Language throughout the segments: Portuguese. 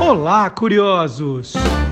Olá, curiosos!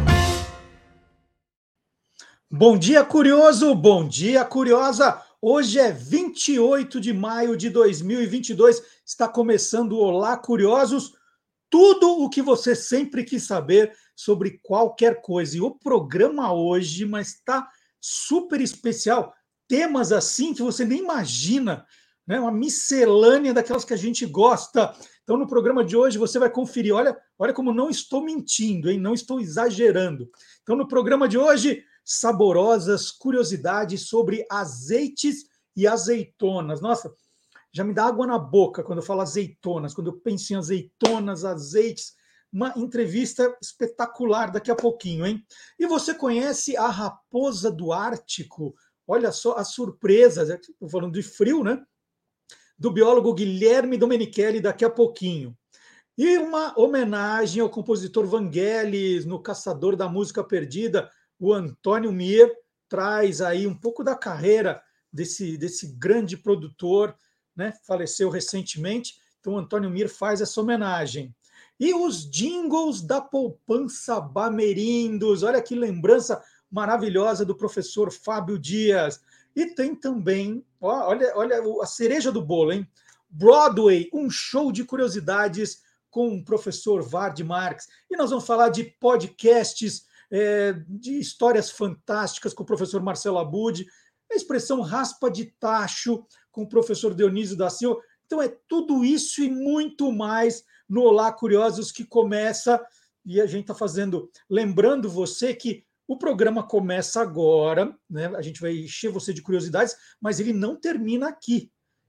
Bom dia, curioso! Bom dia, curiosa! Hoje é 28 de maio de 2022. Está começando o Olá, curiosos! Tudo o que você sempre quis saber sobre qualquer coisa. E o programa hoje, mas está super especial. Temas assim que você nem imagina, né? Uma miscelânea daquelas que a gente gosta. Então, no programa de hoje, você vai conferir. Olha como não estou mentindo, hein? Não estou exagerando. Então, no programa de hoje, saborosas curiosidades sobre azeites e azeitonas. Nossa, já me dá água na boca quando eu falo azeitonas, quando eu penso em azeitonas, azeites. Uma entrevista espetacular daqui a pouquinho, hein? E você conhece a raposa do Ártico? Olha só a surpresa, estou falando de frio, né? Do biólogo Guilherme Domenichelli daqui a pouquinho. E uma homenagem ao compositor Vangelis, no Caçador da Música Perdida, o Antônio Mir traz aí um pouco da carreira desse grande produtor, né? Faleceu recentemente, então o Antônio Mir faz essa homenagem. E os jingles da poupança Bamerindos, olha que lembrança maravilhosa do professor Fábio Dias. E tem também, olha a cereja do bolo, hein? Broadway, um show de curiosidades com o professor Vard Marx. E nós vamos falar de podcasts, de histórias fantásticas com o professor Marcelo Abud, a expressão raspa de tacho com o professor Dionísio da Silva. Então é tudo isso e muito mais no Olá Curiosos, que começa, e a gente está fazendo, lembrando você que o programa começa agora, né? A gente vai encher você de curiosidades, mas ele não termina aqui.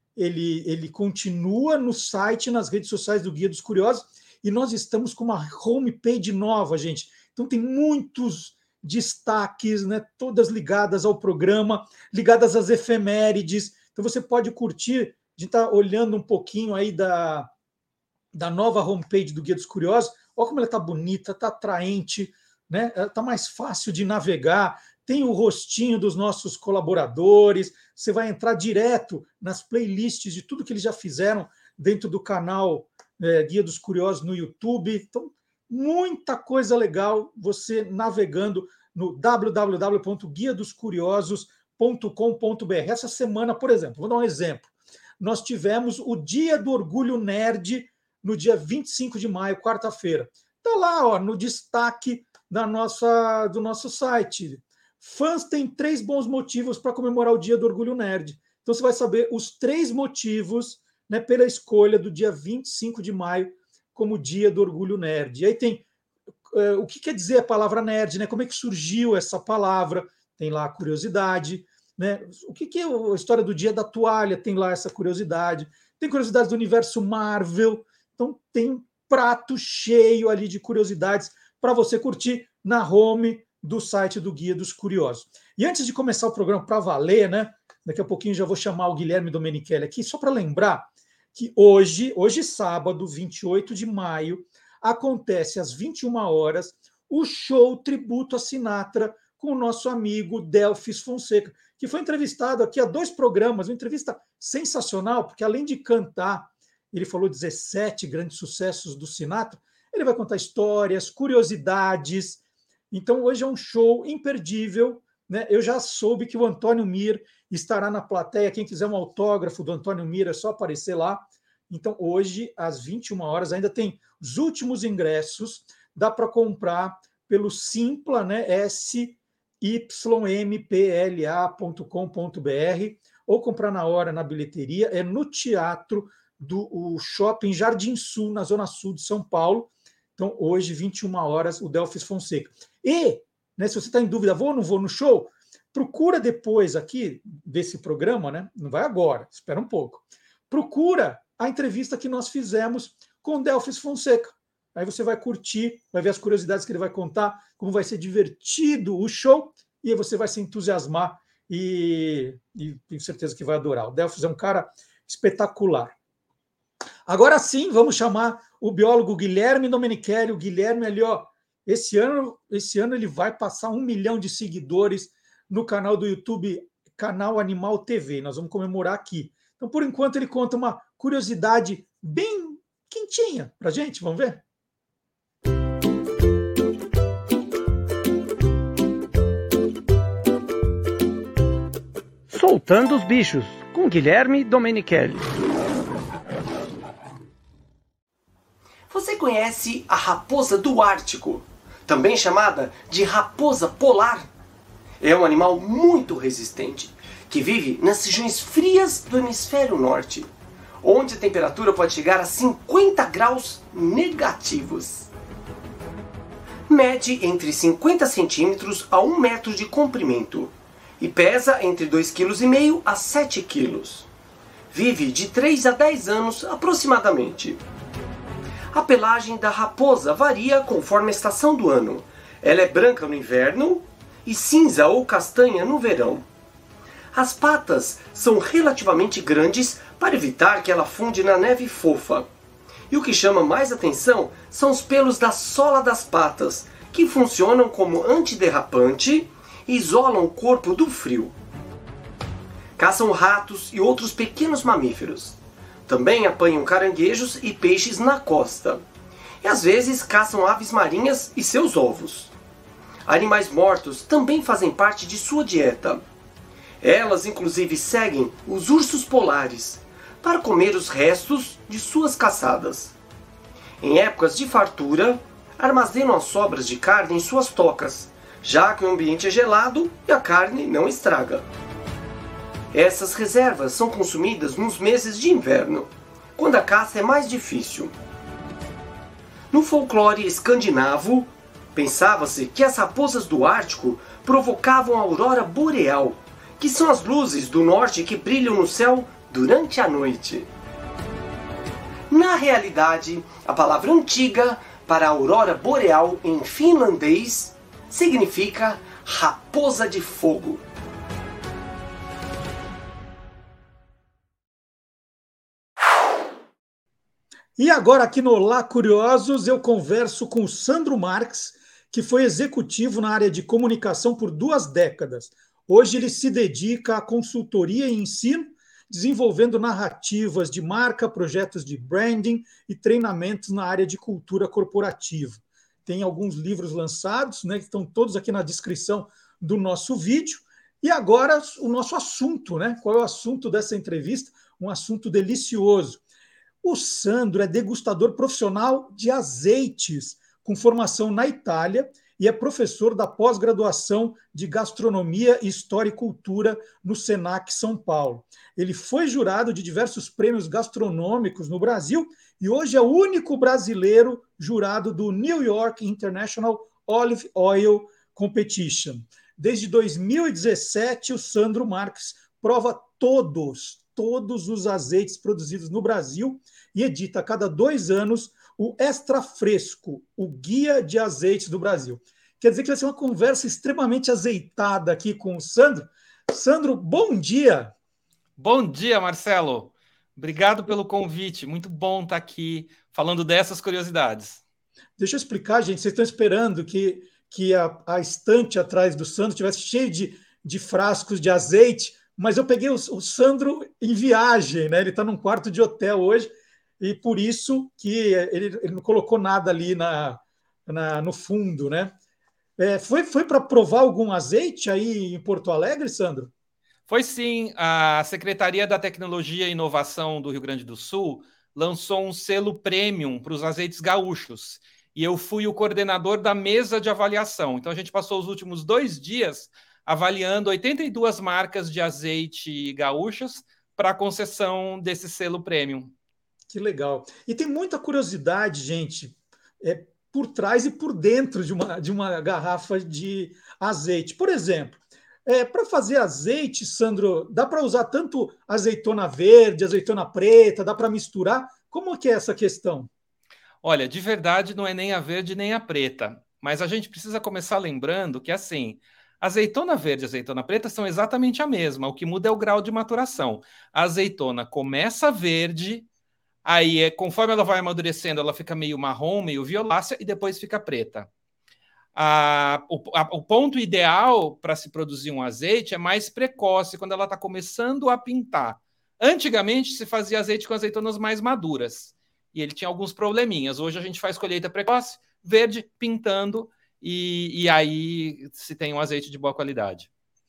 Ele continua no site, nas redes sociais do Guia dos Curiosos, e nós estamos com uma homepage nova, gente. Então tem muitos destaques, né, todas ligadas ao programa, ligadas às efemérides. Então você pode curtir, a gente está olhando um pouquinho aí da nova homepage do Guia dos Curiosos. Olha como ela está bonita, está atraente, né? Está mais fácil de navegar. Tem o rostinho dos nossos colaboradores. Você vai entrar direto nas playlists de tudo que eles já fizeram dentro do canal Guia dos Curiosos no YouTube. Então, muita coisa legal você navegando no www.guiadoscuriosos.com.br. Essa semana, por exemplo, vou dar um exemplo. Nós tivemos o Dia do Orgulho Nerd no dia 25 de maio, quarta-feira. Está lá, ó, no destaque do nosso site. Fãs têm 3 bons motivos para comemorar o Dia do Orgulho Nerd. Então você vai saber os 3 motivos, né, pela escolha do dia 25 de maio como Dia do Orgulho Nerd. E aí tem o que quer dizer a palavra nerd, né? Como é que surgiu essa palavra? Tem lá a curiosidade, né? O que é a história do Dia da Toalha? Tem lá essa curiosidade. Tem curiosidades do universo Marvel. Então tem prato cheio ali de curiosidades para você curtir na home do site do Guia dos Curiosos. E antes de começar o programa para valer, né? Daqui a pouquinho já vou chamar o Guilherme Domenichelli aqui, só para lembrar que hoje, sábado, 28 de maio, acontece às 21 horas o show Tributo a Sinatra com o nosso amigo Delfis Fonseca, que foi entrevistado aqui há 2 programas, uma entrevista sensacional, porque além de cantar, ele falou 17 grandes sucessos do Sinatra, ele vai contar histórias, curiosidades. Então, hoje é um show imperdível, né? Eu já soube que o Antônio Mir estará na plateia. Quem quiser um autógrafo do Antônio Mir, é só aparecer lá. Então, hoje, às 21 horas, ainda tem os últimos ingressos. Dá para comprar pelo Simpla, né? sympla.com.br, ou comprar na hora na bilheteria. É no teatro do Shopping Jardim Sul, na Zona Sul de São Paulo. Então, hoje, 21 horas, o Delfis Fonseca. E, né, se você está em dúvida, vou ou não vou no show, procura depois aqui desse programa, né? Não vai agora, espera um pouco. Procura a entrevista que nós fizemos com o Delfis Fonseca. Aí você vai curtir, vai ver as curiosidades que ele vai contar, como vai ser divertido o show, e aí você vai se entusiasmar e tenho certeza que vai adorar. O Delfis é um cara espetacular. Agora sim, vamos chamar o biólogo Guilherme Domenichelli. O Guilherme ali, ó, esse ano ele vai passar 1 milhão de seguidores no canal do YouTube, Canal Animal TV. Nós vamos comemorar aqui. Então, por enquanto, ele conta uma curiosidade bem quentinha para a gente. Vamos ver? Soltando os Bichos, com Guilherme Domenichelli. Você conhece a raposa do Ártico, também chamada de raposa polar? É um animal muito resistente, que vive nas regiões frias do hemisfério norte, onde a temperatura pode chegar a 50 graus negativos. Mede entre 50 centímetros a 1 metro de comprimento e pesa entre 2,5 kg a 7 kg. Vive de 3 a 10 anos aproximadamente. A pelagem da raposa varia conforme a estação do ano. Ela é branca no inverno e cinza ou castanha no verão. As patas são relativamente grandes para evitar que ela afunde na neve fofa. E o que chama mais atenção são os pelos da sola das patas, que funcionam como antiderrapante e isolam o corpo do frio. Caçam ratos e outros pequenos mamíferos. Também apanham caranguejos e peixes na costa. E às vezes caçam aves marinhas e seus ovos. Animais mortos também fazem parte de sua dieta. Elas inclusive seguem os ursos polares para comer os restos de suas caçadas. Em épocas de fartura, armazenam as sobras de carne em suas tocas, já que o ambiente é gelado e a carne não estraga. Essas reservas são consumidas nos meses de inverno, quando a caça é mais difícil. No folclore escandinavo, pensava-se que as raposas do Ártico provocavam a aurora boreal, que são as luzes do norte que brilham no céu durante a noite. Na realidade, a palavra antiga para a aurora boreal em finlandês significa raposa de fogo. E agora aqui no Olá Curiosos eu converso com o Sandro Marques, que foi executivo na área de comunicação por 2 décadas. Hoje ele se dedica à consultoria e ensino, desenvolvendo narrativas de marca, projetos de branding e treinamentos na área de cultura corporativa. Tem alguns livros lançados, né, que estão todos aqui na descrição do nosso vídeo. E agora o nosso assunto, né? Qual é o assunto dessa entrevista? Um assunto delicioso. O Sandro é degustador profissional de azeites, com formação na Itália, e é professor da pós-graduação de Gastronomia, História e Cultura no Senac São Paulo. Ele foi jurado de diversos prêmios gastronômicos no Brasil e hoje é o único brasileiro jurado do New York International Olive Oil Competition. Desde 2017, o Sandro Marques prova todos os azeites produzidos no Brasil e edita a cada 2 anos o Extra Fresco, o Guia de Azeites do Brasil. Quer dizer que vai ser uma conversa extremamente azeitada aqui com o Sandro. Sandro, bom dia. Bom dia, Marcelo. Obrigado pelo convite. Muito bom estar aqui falando dessas curiosidades. Deixa eu explicar, gente. Vocês estão esperando que a estante atrás do Sandro estivesse cheia de frascos de azeite, mas eu peguei o Sandro em viagem, né? Ele está num quarto de hotel hoje, e por isso que ele não colocou nada ali no fundo, né? Foi para provar algum azeite aí em Porto Alegre, Sandro? Foi sim. A Secretaria da Tecnologia e Inovação do Rio Grande do Sul lançou um selo premium para os azeites gaúchos. E eu fui o coordenador da mesa de avaliação. Então a gente passou os últimos 2 dias avaliando 82 marcas de azeite gaúchas para a concessão desse selo premium. Que legal. E tem muita curiosidade, gente, por trás e por dentro de uma garrafa de azeite. Por exemplo, para fazer azeite, Sandro, dá para usar tanto azeitona verde, azeitona preta, dá para misturar? Como que é essa questão? Olha, de verdade não é nem a verde nem a preta, mas a gente precisa começar lembrando que, assim, azeitona verde e azeitona preta são exatamente a mesma, o que muda é o grau de maturação. A azeitona começa verde, aí conforme ela vai amadurecendo, ela fica meio marrom, meio violácea e depois fica preta. O ponto ideal para se produzir um azeite é mais precoce, quando ela está começando a pintar. Antigamente se fazia azeite com azeitonas mais maduras, e ele tinha alguns probleminhas. Hoje a gente faz colheita precoce, verde, pintando, e aí se tem um azeite de boa qualidade.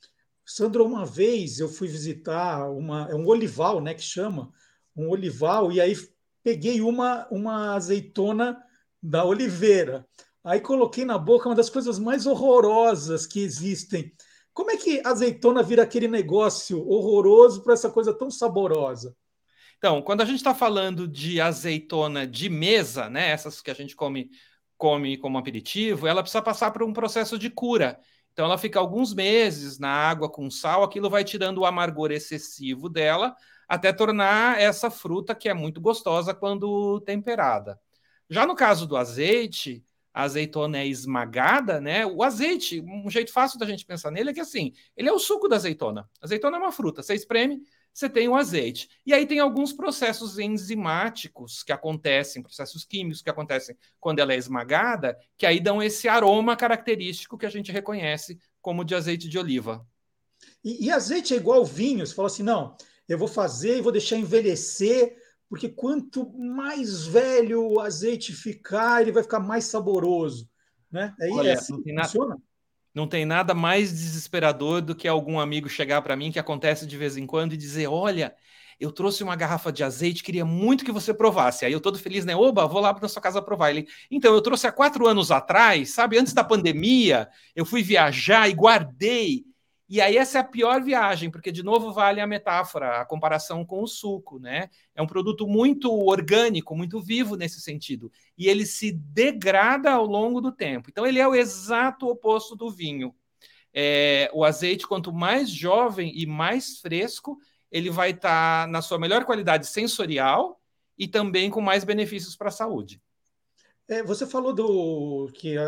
Sandro, uma vez eu fui visitar é um olival, né, que chama, um olival, e aí peguei uma azeitona da oliveira. Aí coloquei na boca, uma das coisas mais horrorosas que existem. Como é que a azeitona vira aquele negócio horroroso para essa coisa tão saborosa? Então, quando a gente está falando de azeitona de mesa, né, essas que a gente come como aperitivo, ela precisa passar por um processo de cura. Então, ela fica alguns meses na água com sal, aquilo vai tirando o amargor excessivo dela, até tornar essa fruta que é muito gostosa quando temperada. Já no caso do azeite, a azeitona é esmagada, né? O azeite, um jeito fácil da gente pensar nele é que assim, ele é o suco da azeitona. A azeitona é uma fruta, você espreme, você tem o azeite. E aí tem alguns processos enzimáticos que acontecem, processos químicos que acontecem quando ela é esmagada, que aí dão esse aroma característico que a gente reconhece como de azeite de oliva. E azeite é igual vinho. Você fala assim, não, eu vou fazer e vou deixar envelhecer, porque quanto mais velho o azeite ficar, ele vai ficar mais saboroso. Né? É Olha, assim que funciona? não tem nada mais desesperador do que algum amigo chegar para mim, que acontece de vez em quando, e dizer: Olha, eu trouxe uma garrafa de azeite, queria muito que você provasse. Aí eu todo feliz, né? Oba, vou lá para sua casa provar. Ele, então, eu trouxe há 4 anos atrás, sabe? Antes da pandemia, eu fui viajar e guardei. E aí essa é a pior viagem, porque de novo vale a metáfora, a comparação com o suco, né? É um produto muito orgânico, muito vivo nesse sentido. E ele se degrada ao longo do tempo. Então ele é o exato oposto do vinho. O azeite, quanto mais jovem e mais fresco, ele vai estar na sua melhor qualidade sensorial e também com mais benefícios para a saúde. Você falou do que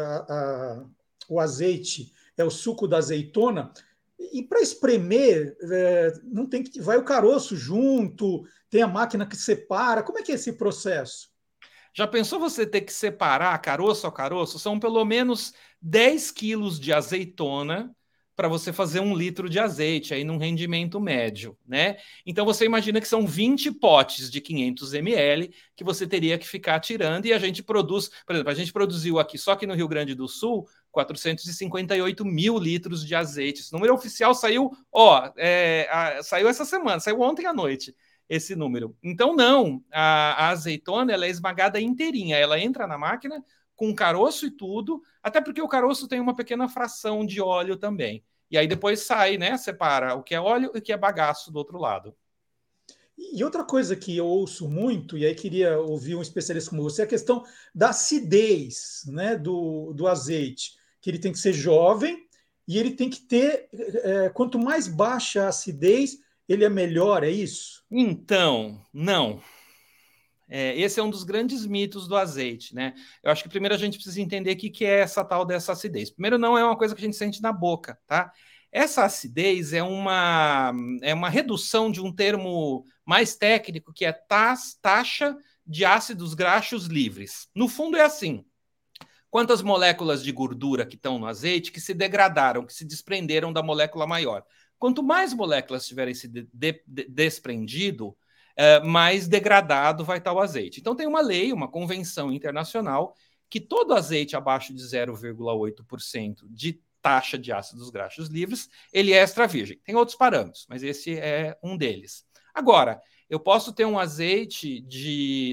o azeite é o suco da azeitona. E para espremer, não tem que vai o caroço junto, tem a máquina que separa. Como é que é esse processo? Já pensou você ter que separar caroço a caroço? São pelo menos 10 quilos de azeitona para você fazer 1 litro de azeite aí num rendimento médio, né? Então você imagina que são 20 potes de 500 ml que você teria que ficar tirando e a gente produz, por exemplo, a gente produziu aqui só aqui no Rio Grande do Sul 458 mil litros de azeite. Esse número oficial saiu, saiu essa semana, saiu ontem à noite esse número. Então, não, a azeitona ela é esmagada inteirinha, ela entra na máquina com caroço e tudo, até porque o caroço tem uma pequena fração de óleo também. E aí depois sai, né? Separa o que é óleo e o que é bagaço do outro lado. E outra coisa que eu ouço muito, e aí queria ouvir um especialista como você, é a questão da acidez, né, do azeite, que ele tem que ser jovem e ele tem que ter, quanto mais baixa a acidez, ele é melhor, é isso? Então, não. Esse é um dos grandes mitos do azeite, né? Eu acho que primeiro a gente precisa entender o que é essa tal dessa acidez. Primeiro, não é uma coisa que a gente sente na boca, tá? Essa acidez é uma redução de um termo mais técnico que é taxa de ácidos graxos livres. No fundo é assim: quantas moléculas de gordura que estão no azeite que se degradaram, que se desprenderam da molécula maior. Quanto mais moléculas tiverem se desprendido, mais degradado vai estar o azeite. Então tem uma lei, uma convenção internacional, que todo azeite abaixo de 0,8% de taxa de ácidos graxos livres, ele é extra virgem. Tem outros parâmetros, mas esse é um deles. Agora, eu posso ter um azeite de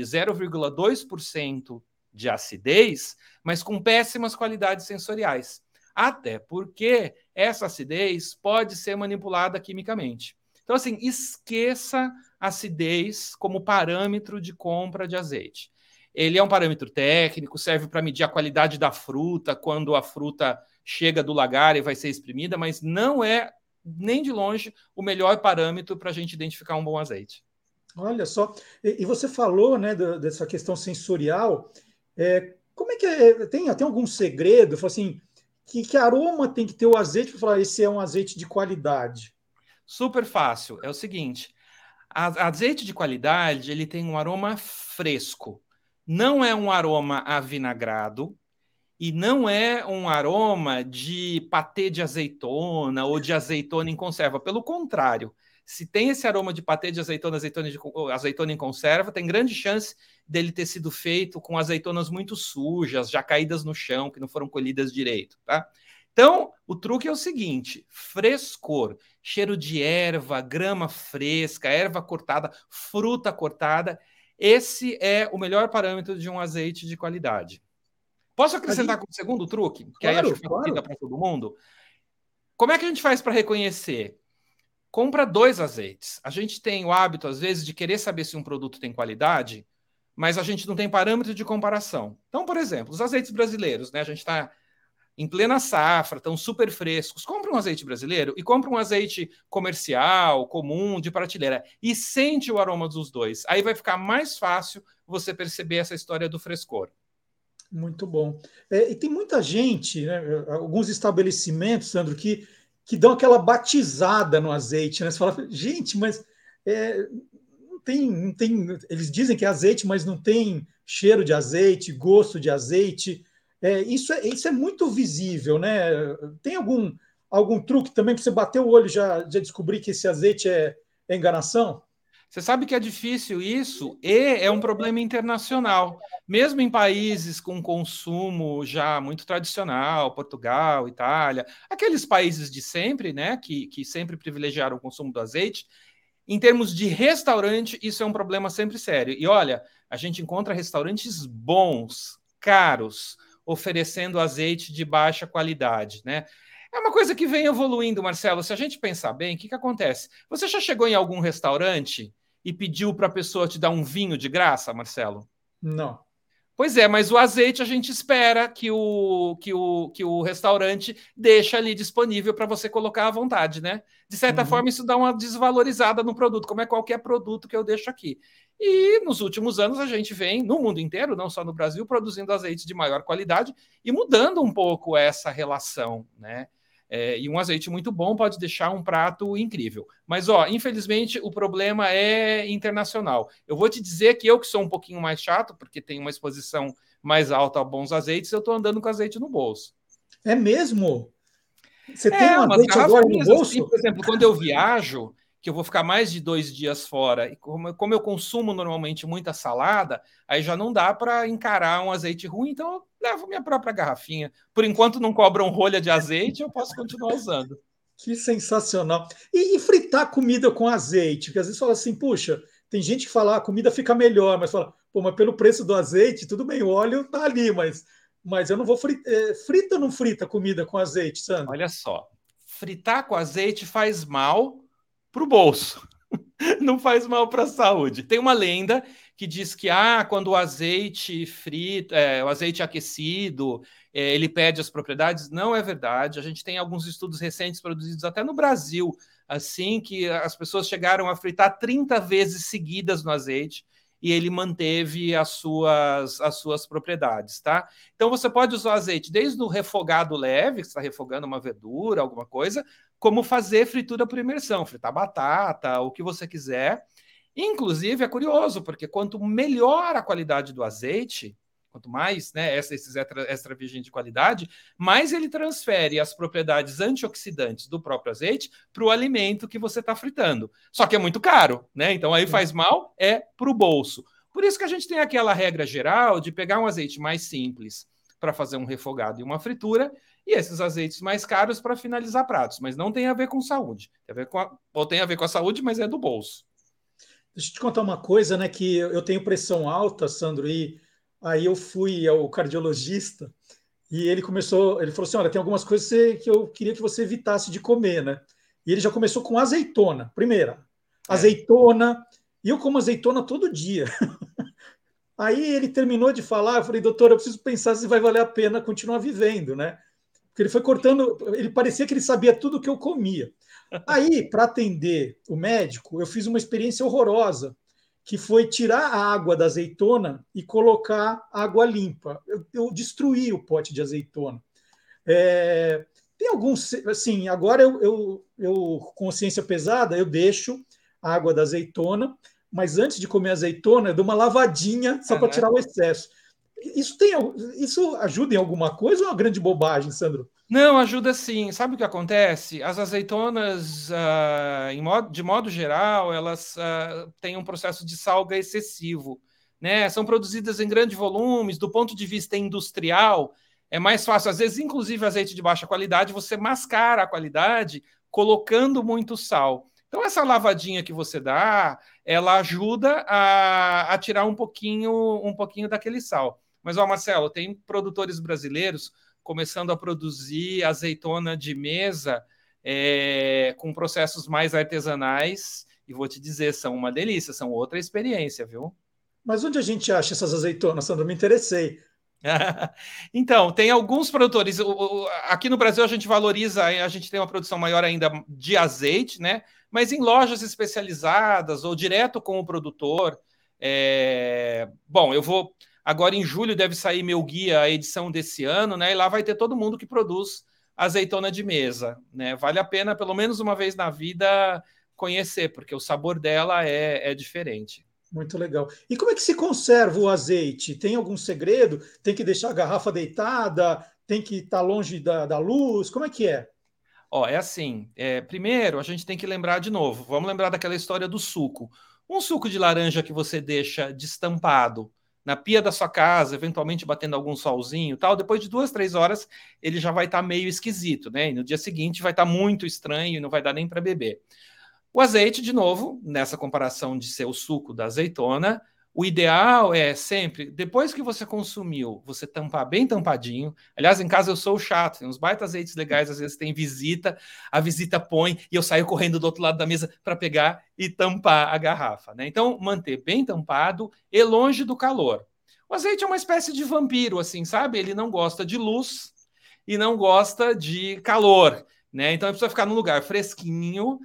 0,2% de acidez, mas com péssimas qualidades sensoriais. Até porque essa acidez pode ser manipulada quimicamente. Então, assim, esqueça acidez como parâmetro de compra de azeite. Ele é um parâmetro técnico, serve para medir a qualidade da fruta, quando a fruta chega do lagar e vai ser exprimida, mas não é, nem de longe, o melhor parâmetro para a gente identificar um bom azeite. Olha só, e você falou, né, dessa questão sensorial. Como é que tem algum segredo? Fala assim, que aroma tem que ter o azeite para falar esse é um azeite de qualidade? Super fácil. É o seguinte: azeite de qualidade ele tem um aroma fresco. Não é um aroma avinagrado e não é um aroma de patê de azeitona ou de azeitona em conserva. Pelo contrário, se tem esse aroma de patê de azeitona, azeitona em conserva, tem grande chance dele ter sido feito com azeitonas muito sujas, já caídas no chão, que não foram colhidas direito, tá? Então, o truque é o seguinte: frescor, cheiro de erva, grama fresca, erva cortada, fruta cortada. Esse é o melhor parâmetro de um azeite de qualidade. Posso acrescentar com o segundo truque? Que aí acho Claro, que facilita claro. para todo mundo. Como é que a gente faz para reconhecer? Compra 2 azeites. A gente tem o hábito, às vezes, de querer saber se um produto tem qualidade, mas a gente não tem parâmetro de comparação. Então, por exemplo, os azeites brasileiros, né? A gente está em plena safra, estão super frescos. Compra um azeite brasileiro e compra um azeite comercial, comum, de prateleira, e sente o aroma dos dois. Aí vai ficar mais fácil você perceber essa história do frescor. Muito bom. E tem muita gente, né, alguns estabelecimentos, Sandro, que dão aquela batizada no azeite, né? Você fala, gente, mas é, não tem. Eles dizem que é azeite, mas não tem cheiro de azeite, gosto de azeite. Isso é muito visível, né? Tem algum truque também para você bater o olho e já descobrir que esse azeite é enganação? Você sabe que é difícil isso e é um problema internacional. Mesmo em países com consumo já muito tradicional, Portugal, Itália, aqueles países de sempre, né, que sempre privilegiaram o consumo do azeite, em termos de restaurante, isso é um problema sempre sério. E olha, a gente encontra restaurantes bons, caros, oferecendo azeite de baixa qualidade, né? É uma coisa que vem evoluindo, Marcelo. Se a gente pensar bem, o que acontece? Você já chegou em algum restaurante e pediu para a pessoa te dar um vinho de graça, Marcelo? Não. Pois é, mas o azeite a gente espera que o restaurante deixa ali disponível para você colocar à vontade, né? De certa Uhum. forma, isso dá uma desvalorizada no produto, como é qualquer produto que eu deixo aqui. E nos últimos anos a gente vem, no mundo inteiro, não só no Brasil, produzindo azeites de maior qualidade e mudando um pouco essa relação, né? E um azeite muito bom pode deixar um prato incrível. Mas, ó, infelizmente, o problema é internacional. Eu vou te dizer que eu, que sou um pouquinho mais chato, porque tenho uma exposição mais alta a bons azeites, eu estou andando com azeite no bolso. É mesmo? Você tem um Umas azeite agora no garrafinhas assim, bolso? por exemplo, quando eu viajo, que eu vou ficar mais de 2 dias fora, e como eu consumo normalmente muita salada, aí já não dá para encarar um azeite ruim, então eu levo minha própria garrafinha. Por enquanto não cobram rolha de azeite, eu posso continuar usando. Que sensacional. E fritar comida com azeite? Porque às vezes fala assim, puxa, tem gente que fala, a comida fica melhor, mas fala, pô, mas pelo preço do azeite, tudo bem, o óleo tá ali, mas eu não vou fritar. Frita ou não frita comida com azeite, Sandro? Olha só, fritar com azeite faz mal para o bolso. Não faz mal para a saúde. Tem uma lenda que diz que quando o azeite frito, o azeite aquecido, ele perde as propriedades. Não é verdade. A gente tem alguns estudos recentes produzidos até no Brasil, assim que as pessoas chegaram a fritar 30 vezes seguidas no azeite e ele manteve as suas propriedades, tá? Então você pode usar o azeite desde o refogado leve, que você está refogando uma verdura, alguma coisa, como fazer fritura por imersão, fritar batata, o que você quiser. Inclusive, é curioso, porque quanto melhor a qualidade do azeite, quanto mais, né, esses extra virgem de qualidade, mais ele transfere as propriedades antioxidantes do próprio azeite para o alimento que você está fritando. Só que é muito caro, né? Então aí faz mal, para o bolso. Por isso que a gente tem aquela regra geral de pegar um azeite mais simples para fazer um refogado e uma fritura, e esses azeites mais caros para finalizar pratos, mas não tem a ver com saúde. Tem a ver com a saúde, mas é do bolso. Deixa eu te contar uma coisa, né? Que eu tenho pressão alta, Sandro, e aí eu fui ao cardiologista e ele falou assim: olha, tem algumas coisas que eu queria que você evitasse de comer, né? E ele já começou com azeitona, primeira. É. Azeitona, e eu como azeitona todo dia. Aí ele terminou de falar, eu falei, doutor, eu preciso pensar se vai valer a pena continuar vivendo, né? Porque ele foi cortando, ele parecia que ele sabia tudo o que eu comia. Aí, para atender o médico, eu fiz uma experiência horrorosa, que foi tirar a água da azeitona e colocar água limpa. Eu destruí o pote de azeitona. Tem alguns, assim, agora eu consciência pesada, eu deixo a água da azeitona, mas antes de comer azeitona, eu dou uma lavadinha só para Uhum. tirar o excesso. Isso ajuda em alguma coisa ou é uma grande bobagem, Sandro? Não, ajuda sim. Sabe o que acontece? As azeitonas, de modo geral, elas têm um processo de salga excessivo, né? São produzidas em grandes volumes, do ponto de vista industrial, é mais fácil, às vezes, inclusive azeite de baixa qualidade, você mascara a qualidade colocando muito sal. Então, essa lavadinha que você dá, ela ajuda a tirar um pouquinho daquele sal. Mas, ó, Marcelo, tem produtores brasileiros começando a produzir azeitona de mesa com processos mais artesanais, e vou te dizer, são uma delícia, são outra experiência, viu? Mas onde a gente acha essas azeitonas, Sandro? Me interessei. Então, tem alguns produtores. Aqui no Brasil a gente valoriza, a gente tem uma produção maior ainda de azeite, né? Mas em lojas especializadas ou direto com o produtor. Bom, eu vou. Agora em julho deve sair meu guia, a edição desse ano, né? E lá vai ter todo mundo que produz azeitona de mesa, né? Vale a pena, pelo menos uma vez na vida, conhecer, porque o sabor dela é diferente. Muito legal. E como é que se conserva o azeite? Tem algum segredo? Tem que deixar a garrafa deitada? Tem que estar longe da luz? Como é que é? Ó, é assim, primeiro a gente tem que lembrar de novo, vamos lembrar daquela história do suco. Um suco de laranja que você deixa destampado na pia da sua casa, eventualmente batendo algum solzinho e tal, depois de 2, 3 horas ele já vai estar meio esquisito, né? E no dia seguinte vai estar muito estranho e não vai dar nem para beber. O azeite, de novo, nessa comparação de ser o suco da azeitona, o ideal é sempre, depois que você consumiu, você tampar bem tampadinho. Aliás, em casa eu sou o chato, tem uns baita azeites legais, às vezes tem visita, a visita põe e eu saio correndo do outro lado da mesa para pegar e tampar a garrafa, né? Então, manter bem tampado e longe do calor. O azeite é uma espécie de vampiro, assim, sabe? Ele não gosta de luz e não gosta de calor, né? Então, ele precisa ficar num lugar fresquinho.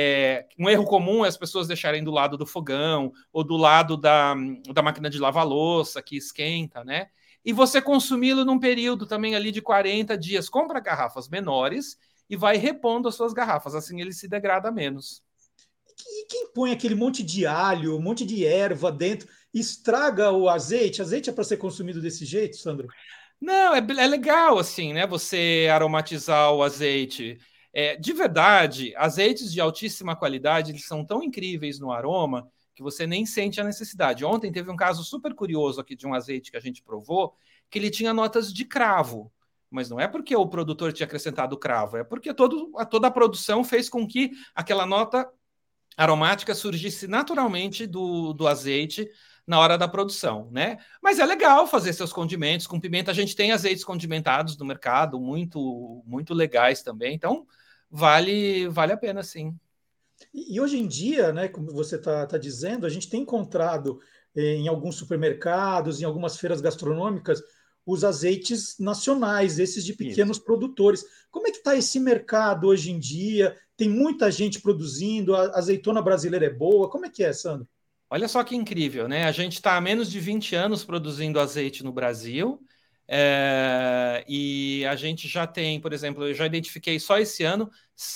Um erro comum é as pessoas deixarem do lado do fogão ou do lado da máquina de lavar louça que esquenta, né? E você consumi-lo num período também ali de 40 dias. Compra garrafas menores e vai repondo as suas garrafas, assim ele se degrada menos. E quem põe aquele monte de alho, um monte de erva dentro, estraga o azeite? Azeite é para ser consumido desse jeito, Sandro? Não, é legal assim, né? Você aromatizar o azeite. De verdade, azeites de altíssima qualidade, eles são tão incríveis no aroma que você nem sente a necessidade. Ontem teve um caso super curioso aqui de um azeite que a gente provou, que ele tinha notas de cravo. Mas não é porque o produtor tinha acrescentado cravo, é porque toda a produção fez com que aquela nota aromática surgisse naturalmente do azeite na hora da produção, né? Mas é legal fazer seus condimentos com pimenta. A gente tem azeites condimentados no mercado, muito, muito legais também. Então, vale a pena, sim. E hoje em dia, né, como você está dizendo, a gente tem encontrado em alguns supermercados, em algumas feiras gastronômicas, os azeites nacionais, esses de pequenos Isso. produtores. Como é que está esse mercado hoje em dia? Tem muita gente produzindo, a azeitona brasileira é boa. Como é que é, Sandro? Olha só que incrível, né? A gente está há menos de 20 anos produzindo azeite no Brasil. E a gente já tem, por exemplo, eu já identifiquei só esse ano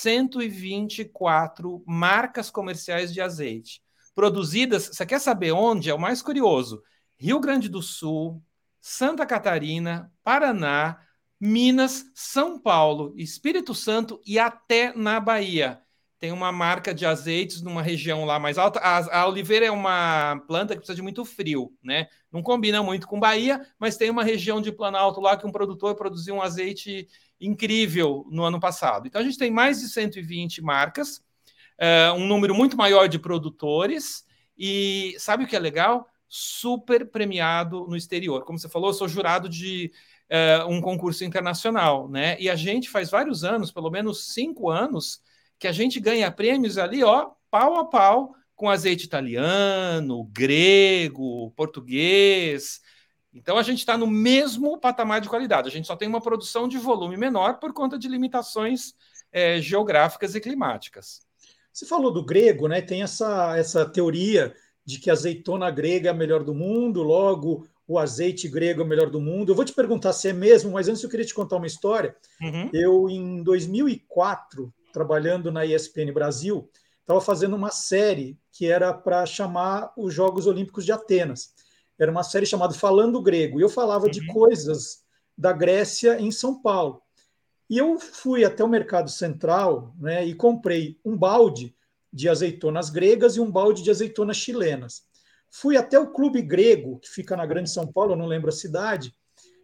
124 marcas comerciais de azeite produzidas. Você quer saber onde? É o mais curioso: Rio Grande do Sul, Santa Catarina, Paraná, Minas, São Paulo, Espírito Santo e até na Bahia. Tem uma marca de azeites numa região lá mais alta. A oliveira é uma planta que precisa de muito frio, né? Não combina muito com Bahia, mas tem uma região de Planalto lá que um produtor produziu um azeite incrível no ano passado. Então a gente tem mais de 120 marcas, um número muito maior de produtores, e sabe o que é legal? Super premiado no exterior. Como você falou, eu sou jurado de um concurso internacional, né? E a gente faz vários anos, pelo menos 5 anos, que a gente ganha prêmios ali, ó, pau a pau, com azeite italiano, grego, português. Então a gente está no mesmo patamar de qualidade. A gente só tem uma produção de volume menor por conta de limitações geográficas e climáticas. Você falou do grego, né? Tem essa teoria de que a azeitona grega é a melhor do mundo, logo o azeite grego é o melhor do mundo. Eu vou te perguntar se é mesmo, mas antes eu queria te contar uma história. Uhum. Eu, em 2004, trabalhando na ESPN Brasil, estava fazendo uma série que era para chamar os Jogos Olímpicos de Atenas. Era uma série chamada Falando Grego, e eu falava de coisas da Grécia em São Paulo. E eu fui até o Mercado Central, né, e comprei um balde de azeitonas gregas e um balde de azeitonas chilenas. Fui até o Clube Grego, que fica na Grande São Paulo, eu não lembro a cidade,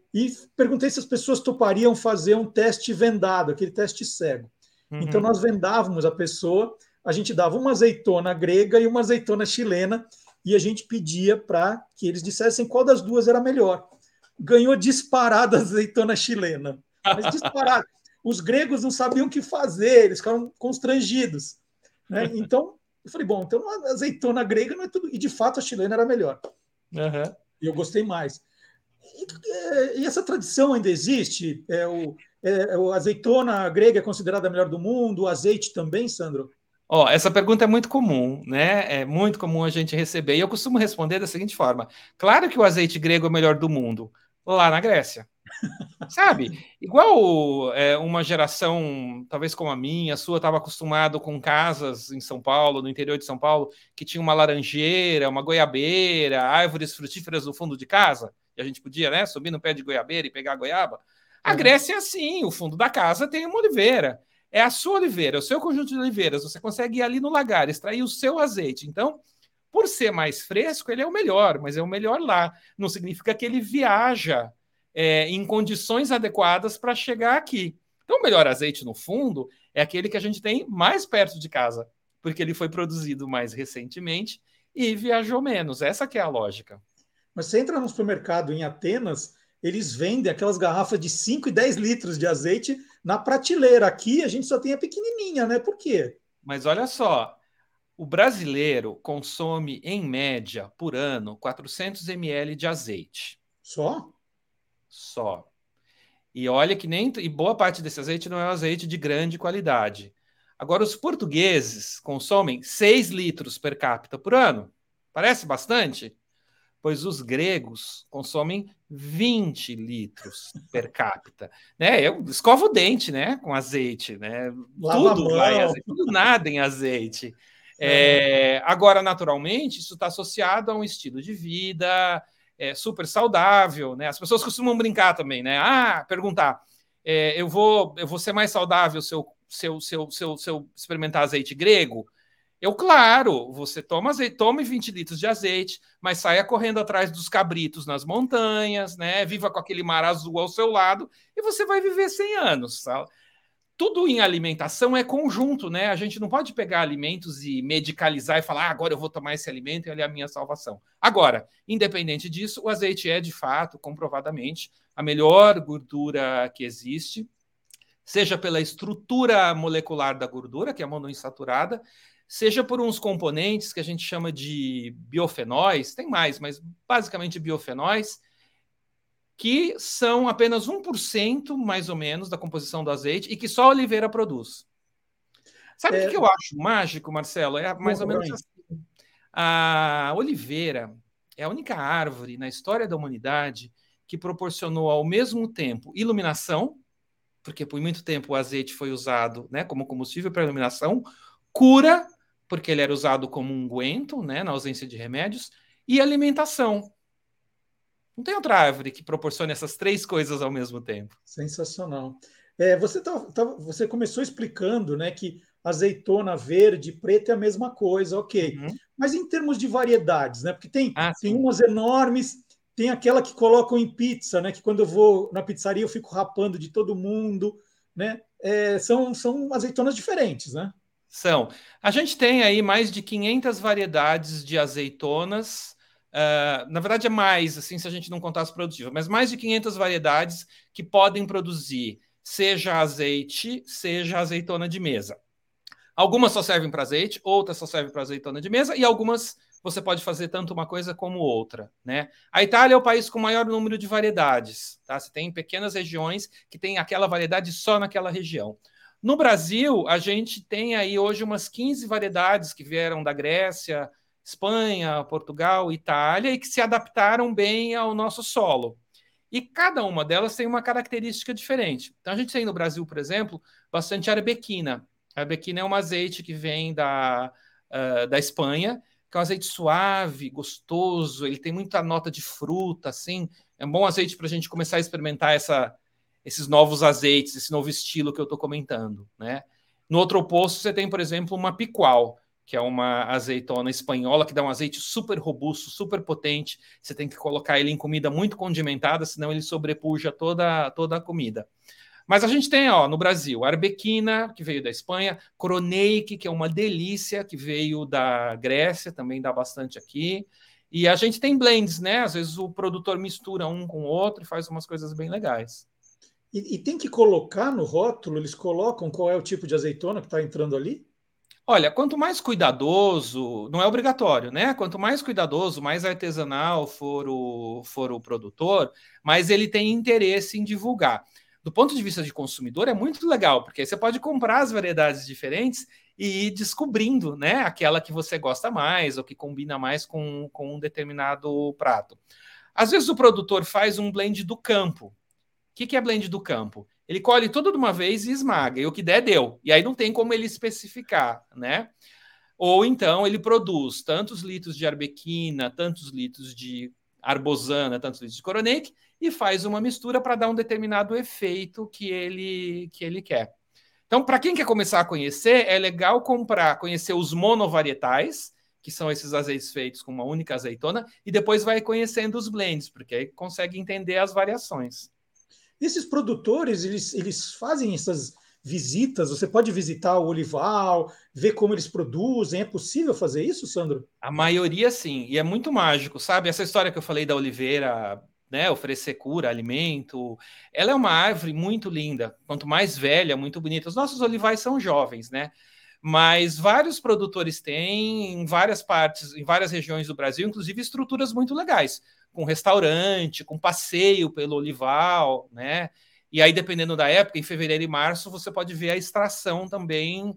e perguntei se as pessoas topariam fazer um teste vendado, aquele teste cego. Então, nós vendávamos a pessoa, a gente dava uma azeitona grega e uma azeitona chilena, e a gente pedia para que eles dissessem qual das duas era melhor. Ganhou disparada a azeitona chilena, mas disparada. Os gregos não sabiam o que fazer, eles ficaram constrangidos, né? Então, eu falei, bom, então a azeitona grega não é tudo. E, de fato, a chilena era melhor. Uhum. E eu gostei mais. E essa tradição ainda existe? A azeitona grega é considerada a melhor do mundo, o azeite também, Sandro? Essa pergunta é muito comum, né? É muito comum a gente receber. E eu costumo responder da seguinte forma: claro que o azeite grego é o melhor do mundo, lá na Grécia. Sabe? Igual uma geração, talvez como a minha, a sua, estava acostumado com casas em São Paulo, no interior de São Paulo, que tinha uma laranjeira, uma goiabeira, árvores frutíferas no fundo de casa, e a gente podia, né, subir no pé de goiabeira e pegar a goiaba. A Grécia é assim, o fundo da casa tem uma oliveira. É a sua oliveira, é o seu conjunto de oliveiras. Você consegue ir ali no lagar, extrair o seu azeite. Então, por ser mais fresco, ele é o melhor, mas é o melhor lá. Não significa que ele viaja em condições adequadas para chegar aqui. Então, o melhor azeite, no fundo, é aquele que a gente tem mais perto de casa, porque ele foi produzido mais recentemente e viajou menos. Essa que é a lógica. Mas você entra no supermercado em Atenas, eles vendem aquelas garrafas de 5 e 10 litros de azeite na prateleira. Aqui a gente só tem a pequenininha, né? Por quê? Mas olha só, o brasileiro consome, em média, por ano, 400 ml de azeite. Só? Só. E olha que e boa parte desse azeite não é um azeite de grande qualidade. Agora, os portugueses consomem 6 litros per capita por ano. Parece bastante? Pois os gregos consomem 20 litros per capita. Né? Eu escovo o dente, né, com azeite. Né? Tudo vai em azeite, tudo nada em azeite. Agora, naturalmente, isso está associado a um estilo de vida super saudável, né? As pessoas costumam brincar também, né? Perguntar, eu vou ser mais saudável se eu experimentar azeite grego? Claro, você tome 20 litros de azeite, mas saia correndo atrás dos cabritos nas montanhas, né? Viva com aquele mar azul ao seu lado e você vai viver 100 anos, sabe? Tudo em alimentação é conjunto, né? A gente não pode pegar alimentos e medicalizar e falar, agora eu vou tomar esse alimento e ele é a minha salvação. Agora, independente disso, o azeite é, de fato, comprovadamente, a melhor gordura que existe, seja pela estrutura molecular da gordura, que é a monoinsaturada, seja por uns componentes que a gente chama de biofenóis, tem mais, mas basicamente biofenóis, que são apenas 1%, mais ou menos, da composição do azeite e que só a oliveira produz. Sabe o que eu acho mágico, Marcelo? É mais ou menos assim. A oliveira é a única árvore na história da humanidade que proporcionou ao mesmo tempo iluminação, porque por muito tempo o azeite foi usado, né, como combustível para iluminação, cura, porque ele era usado como unguento, né, na ausência de remédios, e alimentação. Não tem outra árvore que proporcione essas três coisas ao mesmo tempo. Sensacional. Você começou explicando, né, que azeitona verde, preta é a mesma coisa, ok. Mas em termos de variedades, né? Porque tem umas enormes, tem aquela que colocam em pizza, né? Que quando eu vou na pizzaria eu fico rapando de todo mundo, né? São azeitonas diferentes, né? São. A gente tem aí mais de 500 variedades de azeitonas. Na verdade é mais, assim, se a gente não contar as produtivas, mas mais de 500 variedades que podem produzir, seja azeite, seja azeitona de mesa. Algumas só servem para azeite, outras só servem para azeitona de mesa, e algumas você pode fazer tanto uma coisa como outra, né? A Itália é o país com o maior número de variedades, tá? Você tem pequenas regiões que tem aquela variedade só naquela região. No Brasil, a gente tem aí hoje umas 15 variedades que vieram da Grécia, Espanha, Portugal, Itália, e que se adaptaram bem ao nosso solo. E cada uma delas tem uma característica diferente. Então, a gente tem no Brasil, por exemplo, bastante arbequina. A arbequina é um azeite que vem da Espanha, que é um azeite suave, gostoso, ele tem muita nota de fruta, assim. É um bom azeite para a gente começar a experimentar esses novos azeites, esse novo estilo que eu estou comentando, né? No outro oposto, você tem, por exemplo, uma picual, que é uma azeitona espanhola, que dá um azeite super robusto, super potente. Você tem que colocar ele em comida muito condimentada, senão ele sobrepuja toda a comida. Mas a gente tem, ó, no Brasil, Arbequina, que veio da Espanha, Kronenk, que é uma delícia, que veio da Grécia, também dá bastante aqui. E a gente tem blends, né? Às vezes o produtor mistura um com o outro e faz umas coisas bem legais. E tem que colocar no rótulo, eles colocam qual é o tipo de azeitona que está entrando ali? Olha, quanto mais cuidadoso, não é obrigatório, né? Quanto mais cuidadoso, mais artesanal for o produtor, mais ele tem interesse em divulgar. Do ponto de vista de consumidor, é muito legal, porque aí você pode comprar as variedades diferentes e ir descobrindo, né, aquela que você gosta mais ou que combina mais com um determinado prato. Às vezes o produtor faz um blend do campo. O que é blend do campo? Ele colhe tudo de uma vez e esmaga, e o que der, deu. E aí não tem como ele especificar, né? Ou então ele produz tantos litros de arbequina, tantos litros de arbosana, tantos litros de coronet, e faz uma mistura para dar um determinado efeito que ele quer. Então, para quem quer começar a conhecer, é legal conhecer os monovarietais, que são esses azeites feitos com uma única azeitona, e depois vai conhecendo os blends, porque aí consegue entender as variações. Esses produtores, eles fazem essas visitas, você pode visitar o olival, ver como eles produzem, é possível fazer isso, Sandro? A maioria sim, e é muito mágico, sabe? Essa história que eu falei da oliveira, né, oferecer cura, alimento, ela é uma árvore muito linda, quanto mais velha, muito bonita. Os nossos olivais são jovens, né? Mas vários produtores têm em várias partes, em várias regiões do Brasil, inclusive estruturas muito legais, com restaurante, com passeio pelo olival, né? E aí, dependendo da época, em fevereiro e março, você pode ver a extração também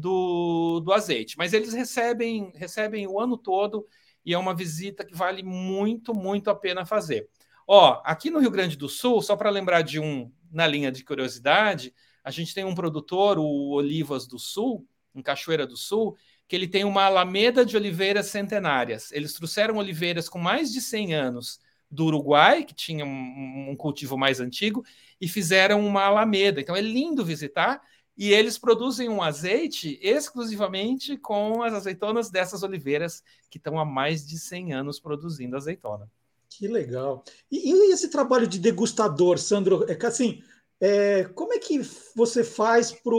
do azeite. Mas eles recebem o ano todo e é uma visita que vale muito, muito a pena fazer. Ó, aqui no Rio Grande do Sul, só para lembrar de um, na linha de curiosidade, a gente tem um produtor, o Olivas do Sul, em Cachoeira do Sul, que ele tem uma alameda de oliveiras centenárias. Eles trouxeram oliveiras com mais de 100 anos do Uruguai, que tinha um cultivo mais antigo, e fizeram uma alameda. Então é lindo visitar, e eles produzem um azeite exclusivamente com as azeitonas dessas oliveiras que estão há mais de 100 anos produzindo azeitona. Que legal. E esse trabalho de degustador, Sandro, assim, como é que você faz para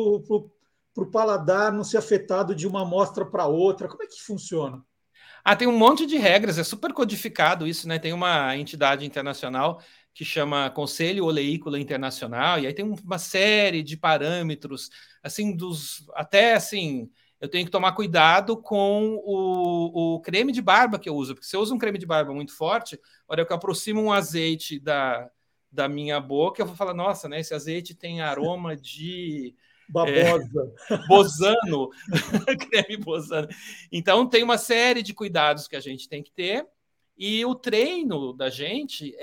o paladar não ser afetado de uma amostra para outra? Como é que funciona? Tem um monte de regras, é super codificado isso, né? Tem uma entidade internacional que chama Conselho Oleícola Internacional, e aí tem uma série de parâmetros, assim, até assim, eu tenho que tomar cuidado com o creme de barba que eu uso, porque se eu uso um creme de barba muito forte, a hora que eu aproximo um azeite da minha boca, eu vou falar, nossa, né? Esse azeite tem aroma de babosa. Bosano, creme Bosano. Então, tem uma série de cuidados que a gente tem que ter. E o treino da gente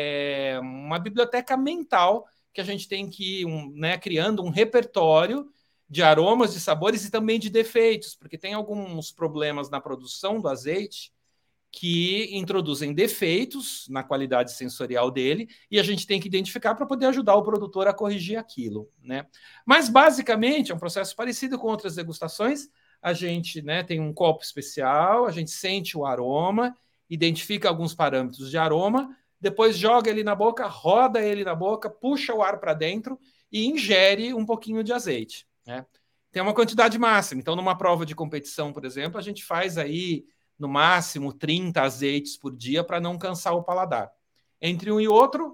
é uma biblioteca mental que a gente tem que ir né, criando um repertório de aromas, de sabores e também de defeitos, porque tem alguns problemas na produção do azeite que introduzem defeitos na qualidade sensorial dele e a gente tem que identificar para poder ajudar o produtor a corrigir aquilo, né? Mas basicamente é um processo parecido com outras degustações. A gente, né, tem um copo especial, a gente sente o aroma, identifica alguns parâmetros de aroma, depois joga ele na boca, roda ele na boca, puxa o ar para dentro e ingere um pouquinho de azeite, né? Tem uma quantidade máxima. Então, numa prova de competição, por exemplo, a gente faz aí no máximo 30 azeites por dia para não cansar o paladar. Entre um e outro,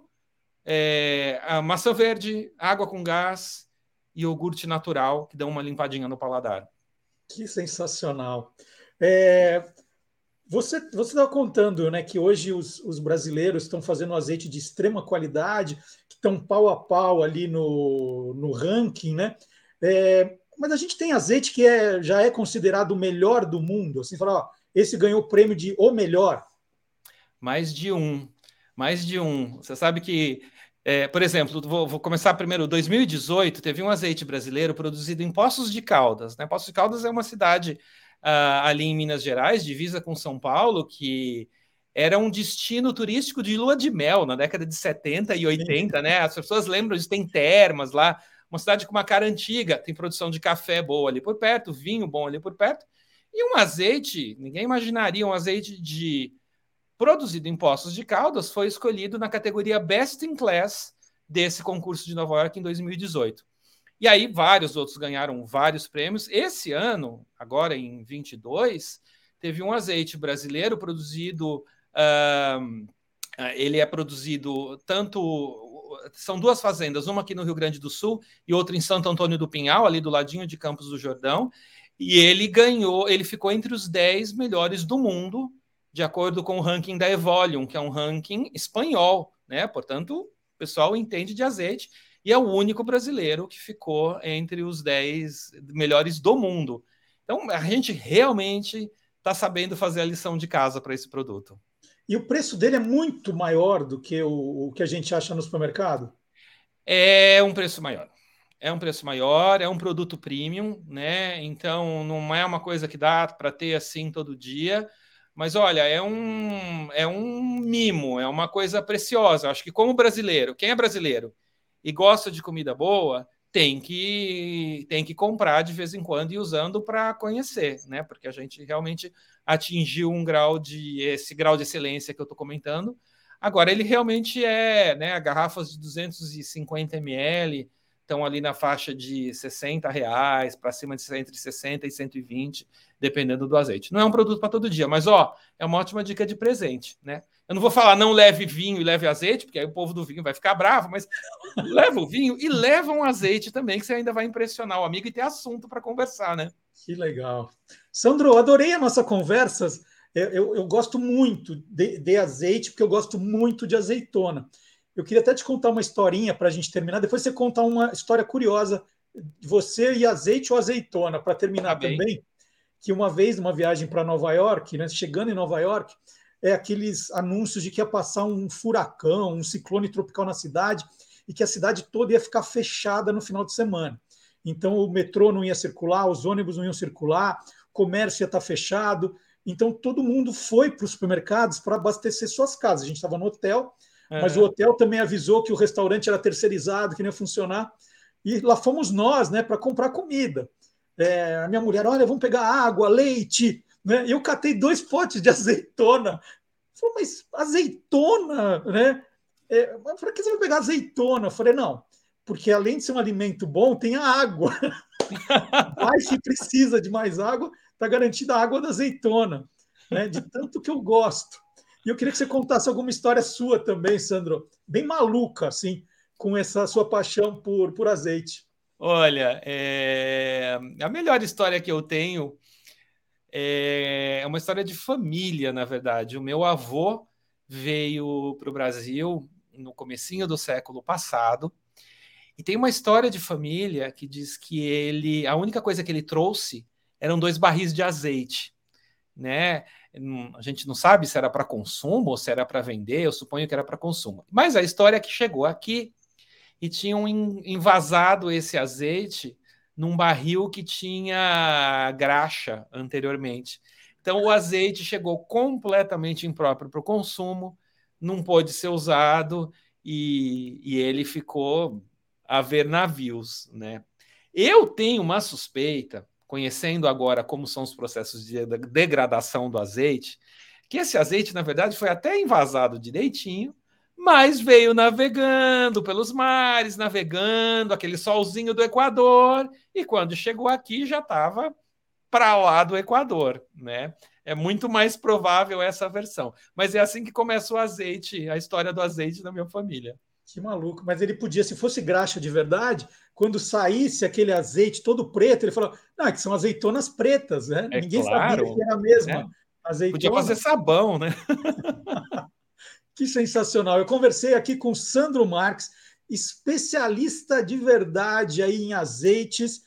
a maçã verde, água com gás e iogurte natural, que dão uma limpadinha no paladar. Que sensacional. Você estava contando, né, que hoje os brasileiros estão fazendo azeite de extrema qualidade, que estão pau a pau ali no ranking, né? Mas a gente tem azeite que já é considerado o melhor do mundo, assim, falar, ó, esse ganhou o prêmio de o melhor. Mais de um. Você sabe que, por exemplo, vou começar primeiro. 2018 teve um azeite brasileiro produzido em Poços de Caldas, né? Poços de Caldas é uma cidade ali em Minas Gerais, divisa com São Paulo, que era um destino turístico de lua de mel na década de 70 e 80, né? As pessoas lembram disso, tem termas lá, uma cidade com uma cara antiga, tem produção de café boa ali por perto, vinho bom ali por perto. E um azeite, ninguém imaginaria, um azeite produzido em Poços de Caldas foi escolhido na categoria Best in Class desse concurso de Nova York em 2018. E aí vários outros ganharam vários prêmios. Esse ano, agora em 22, teve um azeite brasileiro produzido... ele é produzido são duas fazendas, uma aqui no Rio Grande do Sul e outra em Santo Antônio do Pinhal, ali do ladinho de Campos do Jordão, e ele ficou entre os 10 melhores do mundo, de acordo com o ranking da Evolium, que é um ranking espanhol, né? Portanto, o pessoal entende de azeite, e é o único brasileiro que ficou entre os 10 melhores do mundo. Então, a gente realmente está sabendo fazer a lição de casa para esse produto. E o preço dele é muito maior do que o que a gente acha no supermercado? É um preço maior. É um preço maior, é um produto premium, né? Então não é uma coisa que dá para ter assim todo dia. Mas olha, é um mimo, é uma coisa preciosa. Acho que como brasileiro, quem é brasileiro e gosta de comida boa, tem que comprar de vez em quando e usando para conhecer, né? Porque a gente realmente atingiu esse grau de excelência que eu estou comentando. Agora, ele realmente né? Garrafas de 250 ml estão ali na faixa de R$60, para cima de entre 60 e 120, dependendo do azeite. Não é um produto para todo dia, mas é uma ótima dica de presente, né? Eu não vou falar não leve vinho e leve azeite, porque aí o povo do vinho vai ficar bravo, mas leva o vinho e leva um azeite também, que você ainda vai impressionar o amigo e ter assunto para conversar, né? Que legal. Sandro, adorei a nossa conversa. Eu gosto muito de azeite, porque eu gosto muito de azeitona. Eu queria até te contar uma historinha para a gente terminar. Depois você contar uma história curiosa de você e azeite ou azeitona, para terminar também. Que uma vez, numa viagem para Nova York, né, chegando em Nova York, aqueles anúncios de que ia passar um furacão, um ciclone tropical na cidade, e que a cidade toda ia ficar fechada no final de semana. Então o metrô não ia circular, os ônibus não iam circular, o comércio ia estar fechado. Então todo mundo foi para os supermercados para abastecer suas casas. A gente estava no hotel, mas o hotel também avisou que o restaurante era terceirizado, que não ia funcionar. E lá fomos nós, né, para comprar comida. A minha mulher, olha, vamos pegar água, leite, né? Eu catei 2 potes de azeitona. Falei, mas azeitona, né? Eu falei, por que você vai pegar azeitona? Eu falei, não, porque além de ser um alimento bom, tem a água. Vai que precisa de mais água, está garantida a água da azeitona, né? De tanto que eu gosto. E eu queria que você contasse alguma história sua também, Sandro, bem maluca, assim, com essa sua paixão por azeite. Olha, a melhor história que eu tenho é uma história de família, na verdade. O meu avô veio para o Brasil no comecinho do século passado e tem uma história de família que diz que a única coisa que ele trouxe eram 2 barris de azeite, né? A gente não sabe se era para consumo ou se era para vender, eu suponho que era para consumo. Mas a história é que chegou aqui e tinham envasado esse azeite num barril que tinha graxa anteriormente. Então o azeite chegou completamente impróprio para o consumo, não pôde ser usado e ele ficou a ver navios, né? Eu tenho uma suspeita, conhecendo agora como são os processos de degradação do azeite, que esse azeite, na verdade, foi até envasado direitinho, mas veio navegando pelos mares, navegando, aquele solzinho do Equador, e quando chegou aqui já estava para lá do Equador, né? É muito mais provável essa versão. Mas é assim que começa o azeite, a história do azeite da minha família. Que maluco. Mas ele podia, se fosse graxa de verdade, quando saísse aquele azeite todo preto, ele falou, não, é que são azeitonas pretas, né? Ninguém sabia que era a mesma azeitona. Podia fazer sabão, né? Que sensacional. Eu conversei aqui com Sandro Marques, especialista de verdade aí em azeites.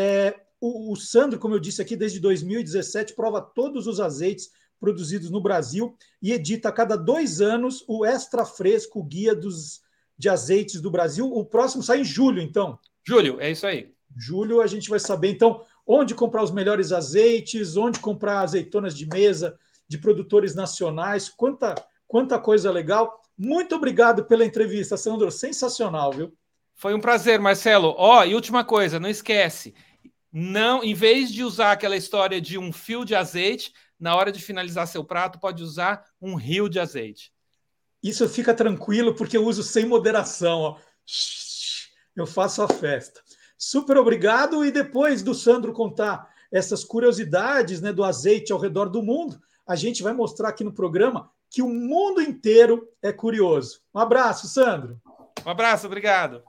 O Sandro, como eu disse aqui, desde 2017, prova todos os azeites produzidos no Brasil e edita a cada 2 anos o Extra Fresco, o Guia de Azeites do Brasil. O próximo sai em julho, então. Julho, é isso aí. Julho a gente vai saber, então, onde comprar os melhores azeites, onde comprar azeitonas de mesa de produtores nacionais, quanta coisa legal. Muito obrigado pela entrevista, Sandro. Sensacional, viu? Foi um prazer, Marcelo. E última coisa, não esquece. Não, em vez de usar aquela história de um fio de azeite, na hora de finalizar seu prato, pode usar um rio de azeite. Isso fica tranquilo, porque eu uso sem moderação. Ó. Eu faço a festa. Super obrigado. E depois do Sandro contar essas curiosidades, né, do azeite ao redor do mundo, a gente vai mostrar aqui no programa que o mundo inteiro é curioso. Um abraço, Sandro. Um abraço, obrigado.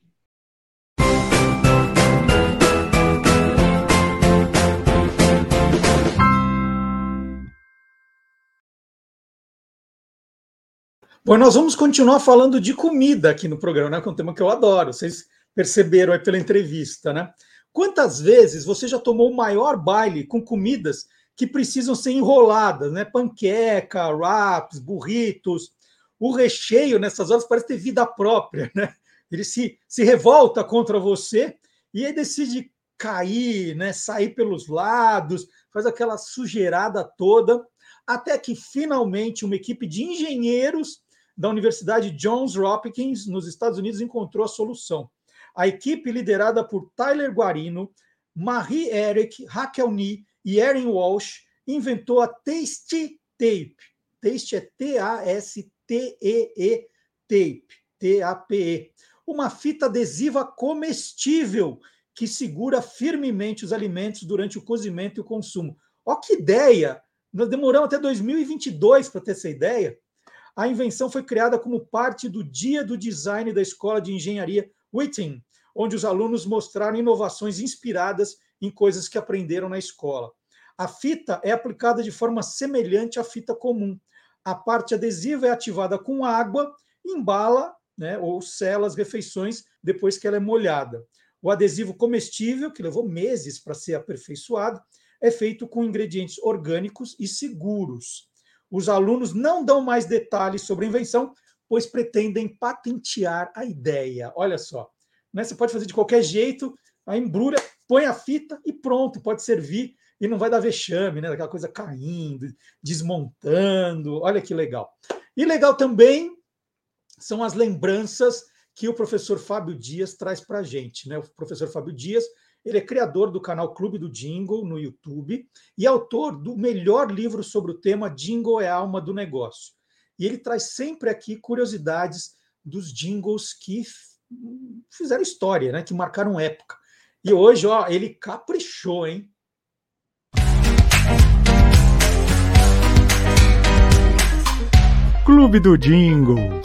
Bom, nós vamos continuar falando de comida aqui no programa, né? Que é um tema que eu adoro. Vocês perceberam aí pela entrevista, né? Quantas vezes você já tomou o maior baile com comidas que precisam ser enroladas, né? Panqueca, wraps, burritos. O recheio, nessas horas, parece ter vida própria, né? Ele se revolta contra você e aí decide cair, né? Sair pelos lados, faz aquela sujeirada toda, até que, finalmente, uma equipe de engenheiros da Universidade Johns Hopkins, nos Estados Unidos, encontrou a solução. A equipe, liderada por Tyler Guarino, Marie Eric, Raquel Nee e Erin Walsh, inventou a Taste Tape. Taste é T-A-S-T-E-E Tape, T-A-P-E. Uma fita adesiva comestível que segura firmemente os alimentos durante o cozimento e o consumo. Ó, que ideia! Nós demoramos até 2022 para ter essa ideia. A invenção foi criada como parte do Dia do Design da Escola de Engenharia Whiting, onde os alunos mostraram inovações inspiradas em coisas que aprenderam na escola. A fita é aplicada de forma semelhante à fita comum. A parte adesiva é ativada com água, embala, né, ou sela as refeições depois que ela é molhada. O adesivo comestível, que levou meses para ser aperfeiçoado, é feito com ingredientes orgânicos e seguros. Os alunos não dão mais detalhes sobre a invenção, pois pretendem patentear a ideia. Olha só, né? Você pode fazer de qualquer jeito, a embrulha, põe a fita e pronto, pode servir e não vai dar vexame, né? Aquela coisa caindo, desmontando. Olha que legal. E legal também são as lembranças que o professor Fábio Dias traz para a gente, né? O professor Fábio Dias, ele é criador do canal Clube do Jingle no YouTube e autor do melhor livro sobre o tema Jingle é a alma do negócio. E ele traz sempre aqui curiosidades dos jingles que fizeram história, né? Que marcaram época. E hoje, ó, ele caprichou, hein? Clube do Jingle.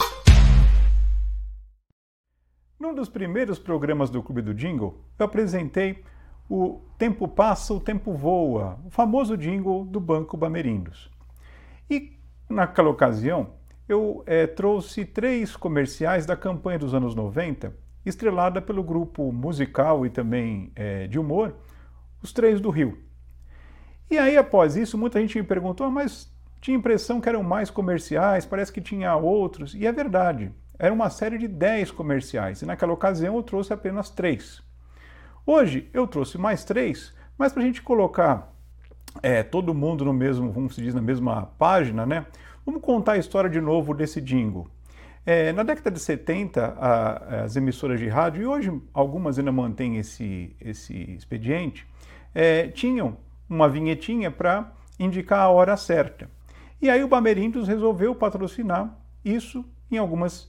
Num dos primeiros programas do Clube do Jingle, eu apresentei o Tempo Passa, o Tempo Voa, o famoso jingle do Banco Bamerindos. E, naquela ocasião, eu trouxe 3 comerciais da campanha dos anos 90, estrelada pelo grupo musical e também de humor, Os Três do Rio. E aí, após isso, muita gente me perguntou, mas tinha a impressão que eram mais comerciais, parece que tinha outros, e é verdade. Era uma série de 10 comerciais, e naquela ocasião eu trouxe apenas 3. Hoje eu trouxe mais 3, mas para a gente colocar todo mundo no mesmo, como se diz, na mesma página, né? Vamos contar a história de novo desse jingle. Na década de 70, as emissoras de rádio, e hoje algumas ainda mantêm esse expediente, tinham uma vinhetinha para indicar a hora certa. E aí o Bamerindos resolveu patrocinar isso em algumas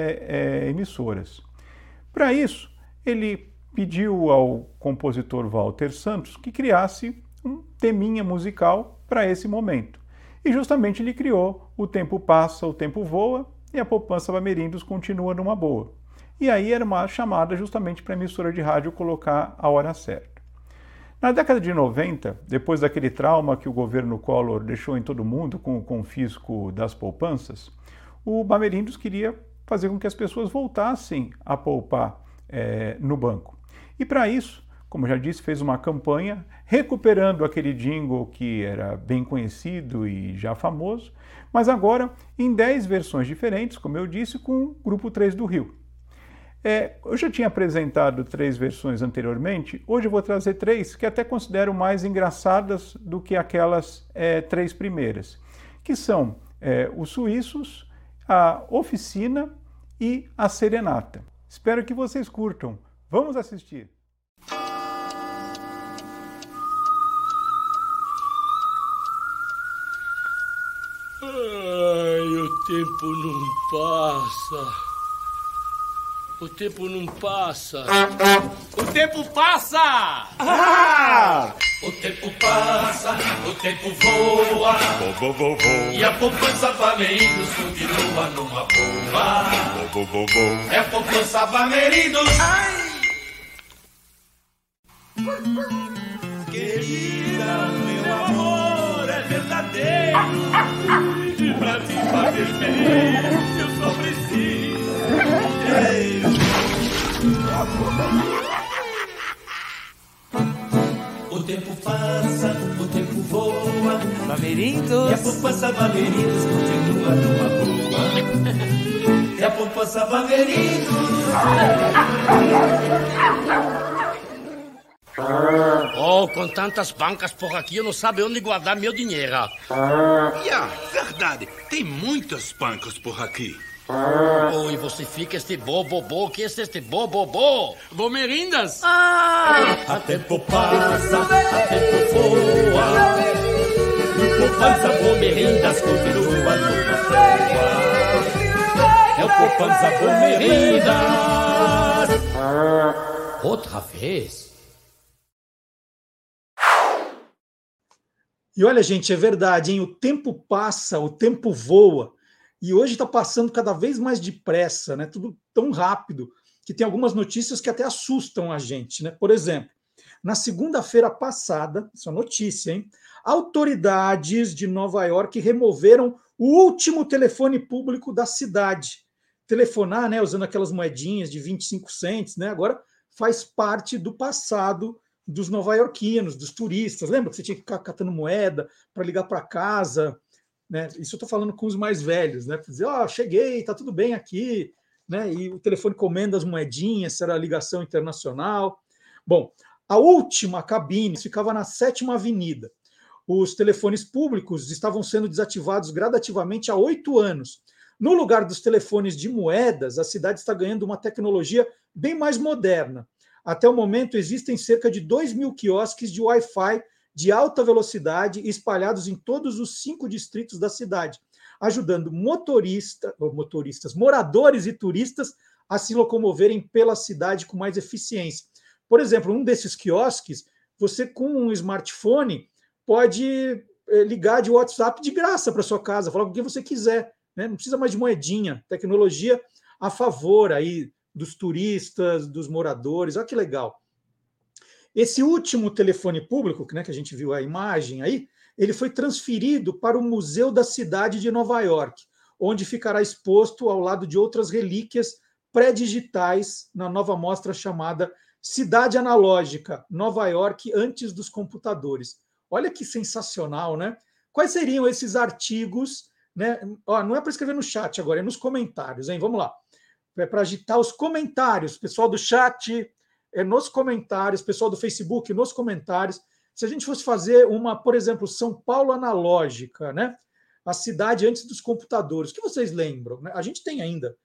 emissoras. Para isso, ele pediu ao compositor Walter Santos que criasse um teminha musical para esse momento. E justamente ele criou O Tempo Passa, o Tempo Voa e a poupança Bamerindos continua numa boa. E aí era uma chamada justamente para a emissora de rádio colocar a hora certa. Na década de 90, depois daquele trauma que o governo Collor deixou em todo mundo com o confisco das poupanças, o Bamerindos queria fazer com que as pessoas voltassem a poupar no banco. E para isso, como já disse, fez uma campanha recuperando aquele jingle que era bem conhecido e já famoso, mas agora em 10 versões diferentes, como eu disse, com o Grupo 3 do Rio. Eu já tinha apresentado 3 versões anteriormente, hoje eu vou trazer 3 que até considero mais engraçadas do que aquelas 3 primeiras, que são os Suíços, a Oficina e a Serenata. Espero que vocês curtam. Vamos assistir! tempo não passa. O tempo não passa. O tempo passa! Ah! O tempo passa, o tempo voa. E a poupança Bamerindos continua numa boa. É a poupança Bamerindos. Querida, meu amor é verdadeiro. E pra te fazer feliz, eu só preciso. O tempo passa, o tempo voa. Bamerindos. E a poupança Bamerindos continua numa boa. E a poupança Bamerindos. Oh, com tantas bancas por aqui, eu não sabe onde guardar meu dinheiro. Verdade. Tem muitos bancos por aqui. Oh, e você fica este bobobô, que é este bobobô? Bamerindas? A tempo passa, a tempo voa. Poupança Bamerindas continua numa boa. É o poupança Bamerindas. Outra vez. E olha, gente, é verdade, hein? O tempo passa, o tempo voa. E hoje está passando cada vez mais depressa, né? Tudo tão rápido que tem algumas notícias que até assustam a gente, né? Por exemplo, na segunda-feira passada, isso é notícia, hein? Autoridades de Nova York removeram o último telefone público da cidade. Telefonar, né, usando aquelas moedinhas de 25 cents, né? Agora faz parte do passado dos nova-iorquinos, dos turistas. Lembra que você tinha que ficar catando moeda para ligar para casa? Né? Isso eu estou falando com os mais velhos, né? Para dizer, cheguei, está tudo bem aqui, né? E o telefone comendo as moedinhas, se era ligação internacional. Bom, a última cabine ficava na 7ª Avenida. Os telefones públicos estavam sendo desativados gradativamente há 8 anos. No lugar dos telefones de moedas, a cidade está ganhando uma tecnologia bem mais moderna. Até o momento, existem cerca de 2.000 quiosques de Wi-Fi de alta velocidade espalhados em todos os 5 distritos da cidade, ajudando moradores e turistas a se locomoverem pela cidade com mais eficiência. Por exemplo, um desses quiosques, você com um smartphone pode ligar de WhatsApp de graça para sua casa, falar com quem você quiser, né? Não precisa mais de moedinha, tecnologia a favor aí dos turistas, dos moradores. Olha que legal. Esse último telefone público, né, que a gente viu a imagem aí, ele foi transferido para o Museu da Cidade de Nova York, onde ficará exposto ao lado de outras relíquias pré-digitais na nova mostra chamada Cidade Analógica, Nova York antes dos computadores. Olha que sensacional, né? Quais seriam esses artigos, né? Não é para escrever no chat agora, é nos comentários, hein? Vamos lá. É para agitar os comentários, pessoal do chat, nos comentários, pessoal do Facebook, nos comentários. Se a gente fosse fazer uma, por exemplo, São Paulo analógica, né? A cidade antes dos computadores, o que vocês lembram? A gente tem ainda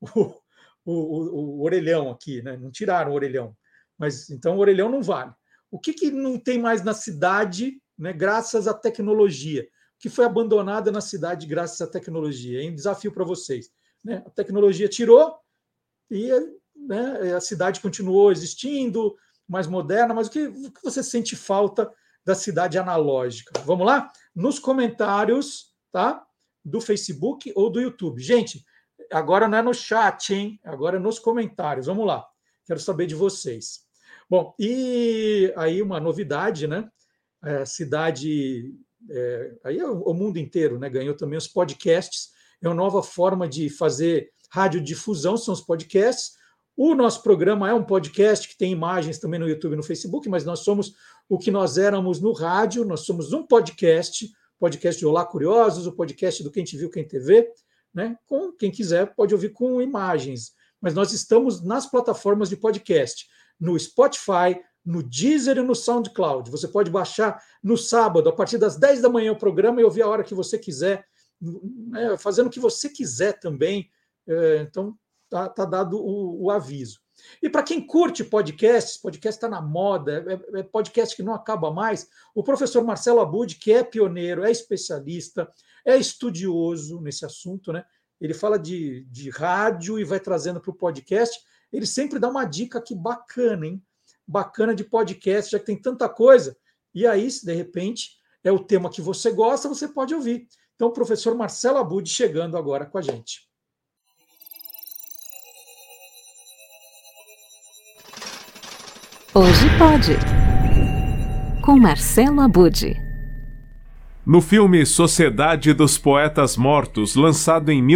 o orelhão aqui, né? Não tiraram o orelhão, mas então o orelhão não vale. O que não tem mais na cidade, né, graças à tecnologia? O que foi abandonado na cidade graças à tecnologia? É um desafio para vocês, né? A tecnologia tirou e, né, a cidade continuou existindo, mais moderna, mas o que você sente falta da cidade analógica? Vamos lá? Nos comentários, tá? Do Facebook ou do YouTube. Gente, agora não é no chat, hein? Agora é nos comentários. Vamos lá. Quero saber de vocês. Bom, e aí uma novidade, né? Cidade... aí é o mundo inteiro, né? Ganhou também os podcasts. É uma nova forma de fazer radiodifusão, são os podcasts. O nosso programa é um podcast que tem imagens também no YouTube e no Facebook, mas nós somos o que nós éramos no rádio, nós somos um podcast de Olá Curiosos, o podcast do Quem Te Viu, Quem Te Vê, né? Com quem quiser pode ouvir com imagens, mas nós estamos nas plataformas de podcast, no Spotify, no Deezer e no SoundCloud. Você pode baixar no sábado, a partir das 10 da manhã, o programa e ouvir a hora que você quiser, né? Fazendo o que você quiser também. Então, tá dado o aviso. E para quem curte podcast está na moda, é podcast que não acaba mais. O professor Marcelo Abud, que é pioneiro, é especialista, é estudioso nesse assunto, né? ele fala de rádio e vai trazendo para o podcast. Ele sempre dá uma dica aqui bacana, hein? Bacana de podcast, já que tem tanta coisa. E aí, se de repente é o tema que você gosta, você pode ouvir. Então, o professor Marcelo Abud chegando agora com a gente. Hoje pode, com Marcelo Abud. No filme Sociedade dos Poetas Mortos, lançado em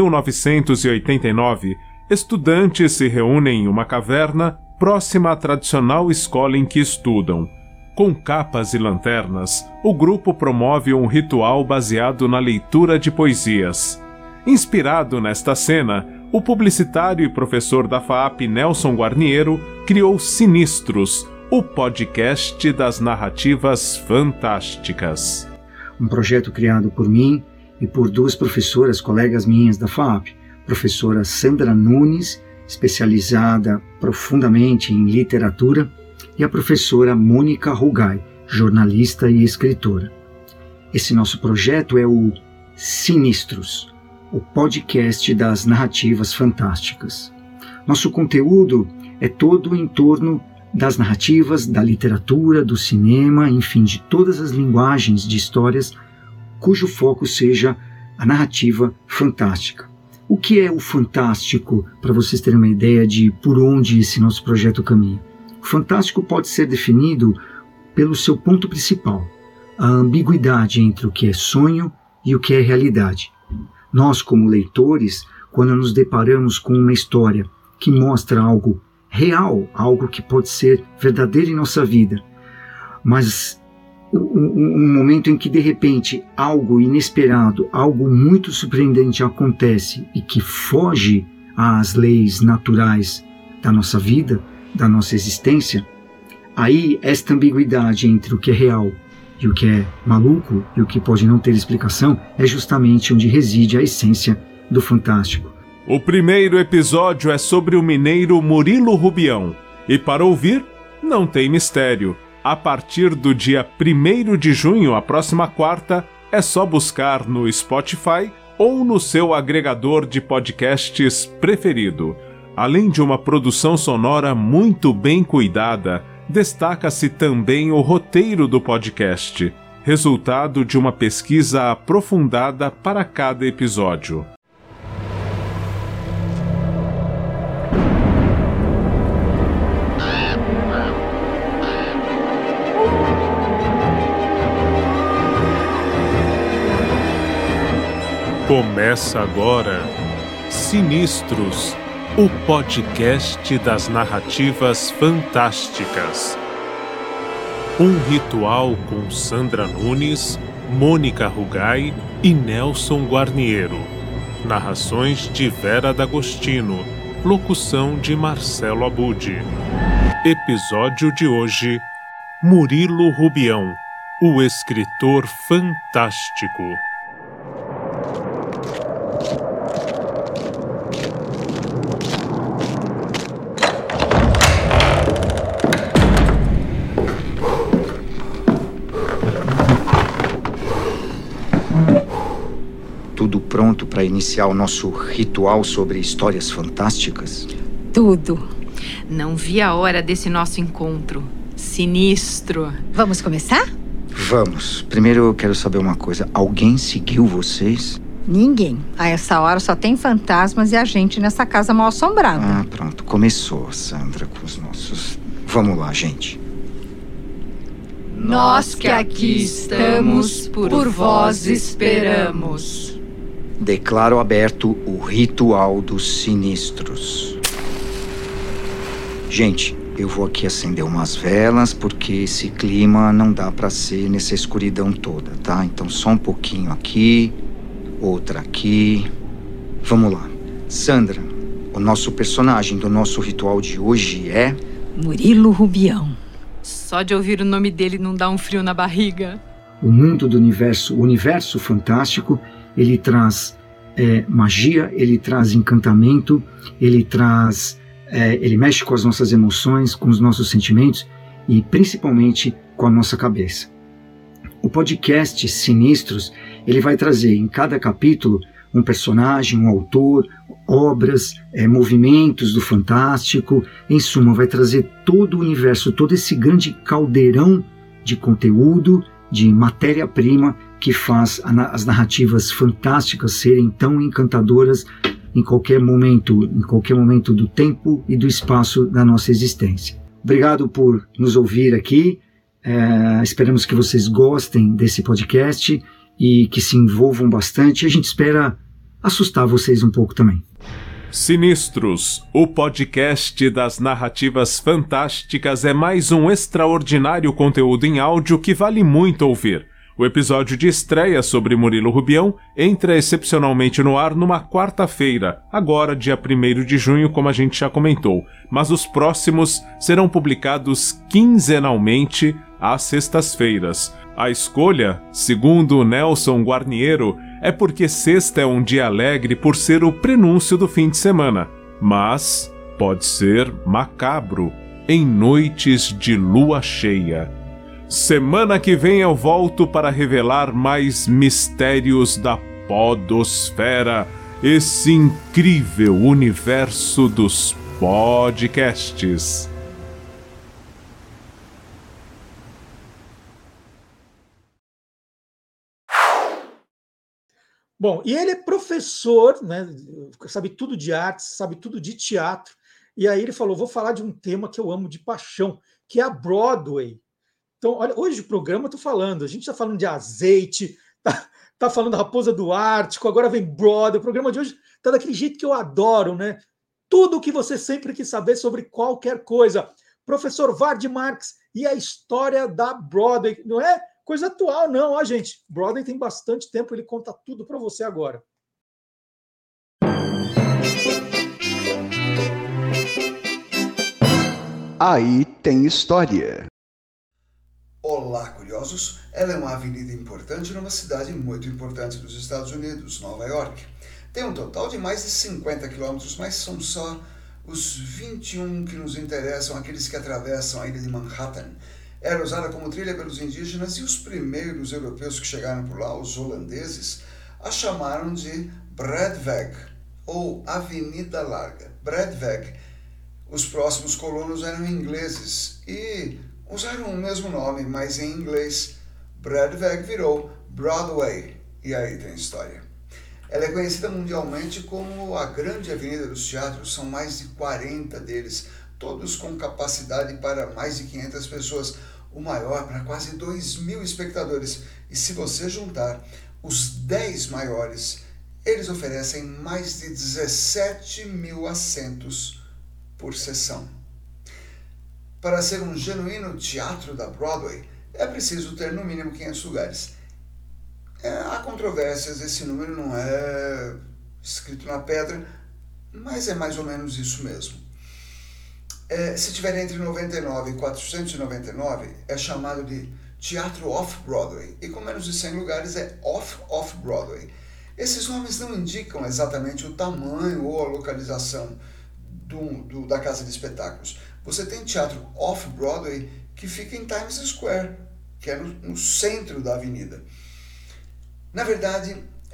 1989, estudantes se reúnem em uma caverna próxima à tradicional escola em que estudam. Com capas e lanternas, o grupo promove um ritual baseado na leitura de poesias. Inspirado nesta cena, o publicitário e professor da FAAP Nelson Guarniero criou Sinistros, o podcast das narrativas fantásticas. Um projeto criado por mim e por duas professoras, colegas minhas da FAAP, professora Sandra Nunes, especializada profundamente em literatura, e a professora Mônica Rugai, jornalista e escritora. Esse nosso projeto é o Sinistros, o podcast das narrativas fantásticas. Nosso conteúdo é todo em torno das narrativas, da literatura, do cinema, enfim, de todas as linguagens de histórias cujo foco seja a narrativa fantástica. O que é o fantástico, para vocês terem uma ideia de por onde esse nosso projeto caminha? O fantástico pode ser definido pelo seu ponto principal, a ambiguidade entre o que é sonho e o que é realidade. Nós, como leitores, quando nos deparamos com uma história que mostra algo real, algo que pode ser verdadeiro em nossa vida, mas um momento em que de repente algo inesperado, algo muito surpreendente acontece e que foge às leis naturais da nossa vida, da nossa existência, aí esta ambiguidade entre o que é real e o que é maluco e o que pode não ter explicação é justamente onde reside a essência do fantástico. O primeiro episódio é sobre o mineiro Murilo Rubião. E para ouvir, não tem mistério. A partir do dia 1º de junho, a próxima quarta, é só buscar no Spotify ou no seu agregador de podcasts preferido. Além de uma produção sonora muito bem cuidada, destaca-se também o roteiro do podcast, resultado de uma pesquisa aprofundada para cada episódio. Começa agora Sinistros, o podcast das narrativas fantásticas. Um ritual com Sandra Nunes, Mônica Rugai e Nelson Guarniero. Narrações de Vera D'Agostino. Locução de Marcelo Abud. Episódio de hoje: Murilo Rubião, o escritor fantástico. Tudo pronto para iniciar o nosso ritual sobre histórias fantásticas? Tudo. Não vi a hora desse nosso encontro. Sinistro. Vamos começar? Vamos. Primeiro eu quero saber uma coisa. Alguém seguiu vocês? Ninguém. A essa hora só tem fantasmas e a gente nessa casa mal assombrada. Ah, pronto. Começou, Sandra, com os nossos... Vamos lá, gente. Nós que aqui estamos, por vós esperamos. Declaro aberto o ritual dos sinistros. Gente, eu vou aqui acender umas velas, porque esse clima não dá pra ser nessa escuridão toda, tá? Então só um pouquinho aqui, outra aqui. Vamos lá. Sandra, o nosso personagem do nosso ritual de hoje é... Murilo Rubião. Só de ouvir o nome dele não dá um frio na barriga. O mundo do universo, o universo fantástico, ele traz magia, ele traz encantamento, ele mexe com as nossas emoções, com os nossos sentimentos e principalmente com a nossa cabeça. O podcast Sinistros, ele vai trazer em cada capítulo um personagem, um autor, obras, movimentos do fantástico. Em suma, vai trazer todo o universo, todo esse grande caldeirão de conteúdo, de matéria-prima que faz as narrativas fantásticas serem tão encantadoras em qualquer momento do tempo e do espaço da nossa existência. Obrigado por nos ouvir aqui. Esperamos que vocês gostem desse podcast e que se envolvam bastante. A gente espera assustar vocês um pouco também. Sinistros, o podcast das narrativas fantásticas, é mais um extraordinário conteúdo em áudio que vale muito ouvir. O episódio de estreia sobre Murilo Rubião entra excepcionalmente no ar numa quarta-feira, agora dia 1º de junho, como a gente já comentou, mas os próximos serão publicados quinzenalmente às sextas-feiras. A escolha, segundo o Nelson Guarniero, é porque sexta é um dia alegre por ser o prenúncio do fim de semana, mas pode ser macabro em noites de lua cheia. Semana que vem eu volto para revelar mais mistérios da podosfera, esse incrível universo dos podcasts. Bom, e ele é professor, né, sabe tudo de artes, sabe tudo de teatro, e aí ele falou, vou falar de um tema que eu amo de paixão, que é a Broadway. Então, olha, hoje o programa eu tô falando, a gente está falando de azeite, tá falando da Raposa do Ártico, agora vem Broadway. O programa de hoje tá daquele jeito que eu adoro, né? Tudo o que você sempre quis saber sobre qualquer coisa. Professor Ward Marx e a história da Broadway. Não é coisa atual, não, ó, gente. Broadway tem bastante tempo, ele conta tudo para você agora. Aí tem história. Olá, curiosos! Ela é uma avenida importante numa cidade muito importante dos Estados Unidos, Nova York. Tem um total de mais de 50 quilômetros, mas são só os 21 que nos interessam, aqueles que atravessam a ilha de Manhattan. Era usada como trilha pelos indígenas e os primeiros europeus que chegaram por lá, os holandeses, a chamaram de Breedweg, ou Avenida Larga. Breedweg. Os próximos colonos eram ingleses e usaram o mesmo nome, mas em inglês. Breedweg virou Broadway, e aí tem história. Ela é conhecida mundialmente como a Grande Avenida dos Teatros, são mais de 40 deles, todos com capacidade para mais de 500 pessoas, o maior para quase 2.000 espectadores. E se você juntar os 10 maiores, eles oferecem mais de 17.000 assentos por sessão. Para ser um genuíno teatro da Broadway, é preciso ter no mínimo 500 lugares. Há controvérsias, esse número não é escrito na pedra, mas é mais ou menos isso mesmo. Se tiver entre 99 e 499, é chamado de Teatro Off-Broadway, e com menos de 100 lugares é Off-Broadway. Esses nomes não indicam exatamente o tamanho ou a localização da casa de espetáculos. Você tem teatro Off-Broadway que fica em Times Square, que é no centro da avenida. Na verdade,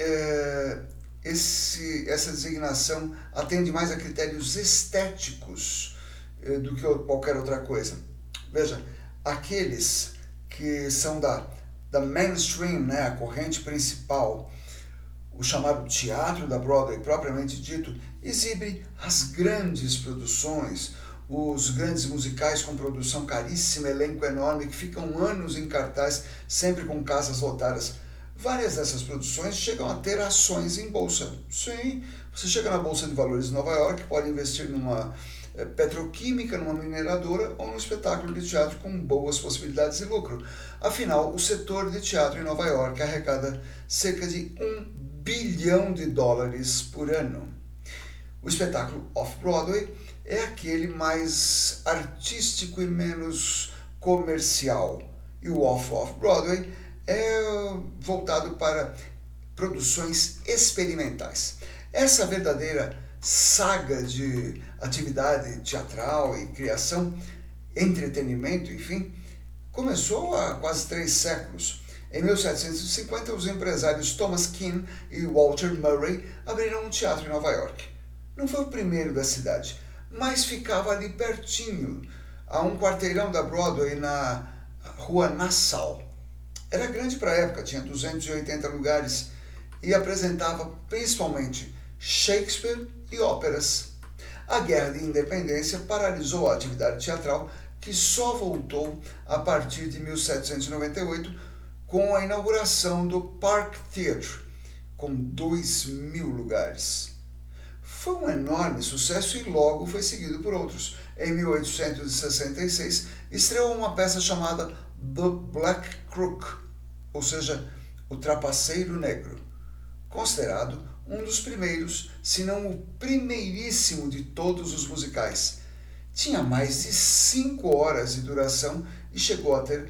essa designação atende mais a critérios estéticos do que qualquer outra coisa. Veja, aqueles que são da mainstream, né, a corrente principal, o chamado teatro da Broadway propriamente dito, exibe as grandes produções, os grandes musicais com produção caríssima, elenco enorme, que ficam anos em cartaz, sempre com casas lotadas. Várias dessas produções chegam a ter ações em bolsa. Sim, você chega na Bolsa de Valores de Nova York, pode investir numa petroquímica, numa mineradora ou num espetáculo de teatro com boas possibilidades de lucro. Afinal, o setor de teatro em Nova York arrecada cerca de $1 bilhão por ano. O espetáculo Off-Broadway é aquele mais artístico e menos comercial. E o Off-Broadway é voltado para produções experimentais. Essa verdadeira saga de atividade teatral e criação, entretenimento, enfim, começou há quase 3 séculos. Em 1750, os empresários Thomas Keane e Walter Murray abriram um teatro em Nova York. Não foi o primeiro da cidade, mas ficava ali pertinho, a um quarteirão da Broadway, na rua Nassau. Era grande para a época, tinha 280 lugares e apresentava principalmente Shakespeare e óperas. A Guerra de Independência paralisou a atividade teatral, que só voltou a partir de 1798 com a inauguração do Park Theatre, com 2.000 lugares. Foi um enorme sucesso e logo foi seguido por outros. Em 1866, estreou uma peça chamada The Black Crook, ou seja, o Trapaceiro Negro, considerado um dos primeiros, se não o primeiríssimo de todos os musicais. Tinha mais de 5 horas de duração e chegou a ter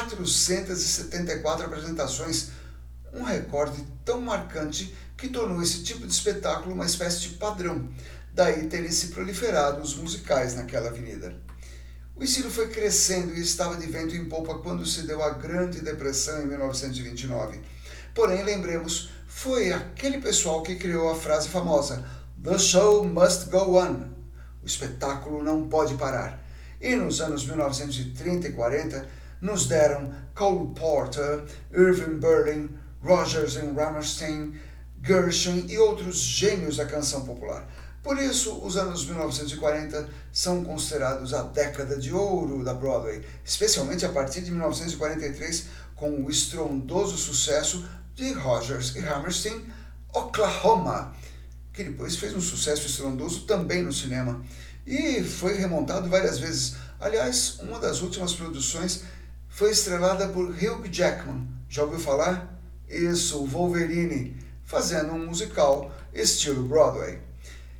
474 apresentações, um recorde tão marcante que tornou esse tipo de espetáculo uma espécie de padrão, daí terem se proliferado os musicais naquela avenida. O estilo foi crescendo e estava de vento em popa quando se deu a Grande Depressão em 1929. Porém, lembremos, foi aquele pessoal que criou a frase famosa "The show must go on", o espetáculo não pode parar. E nos anos 1930 e 40 nos deram Cole Porter, Irving Berlin, Rodgers and Hammerstein, Gershwin e outros gênios da canção popular. Por isso, os anos 1940 são considerados a década de ouro da Broadway, especialmente a partir de 1943, com o estrondoso sucesso de Rodgers e Hammerstein, Oklahoma, que depois fez um sucesso estrondoso também no cinema e foi remontado várias vezes. Aliás, uma das últimas produções foi estrelada por Hugh Jackman. Já ouviu falar? Isso, o Wolverine, fazendo um musical estilo Broadway.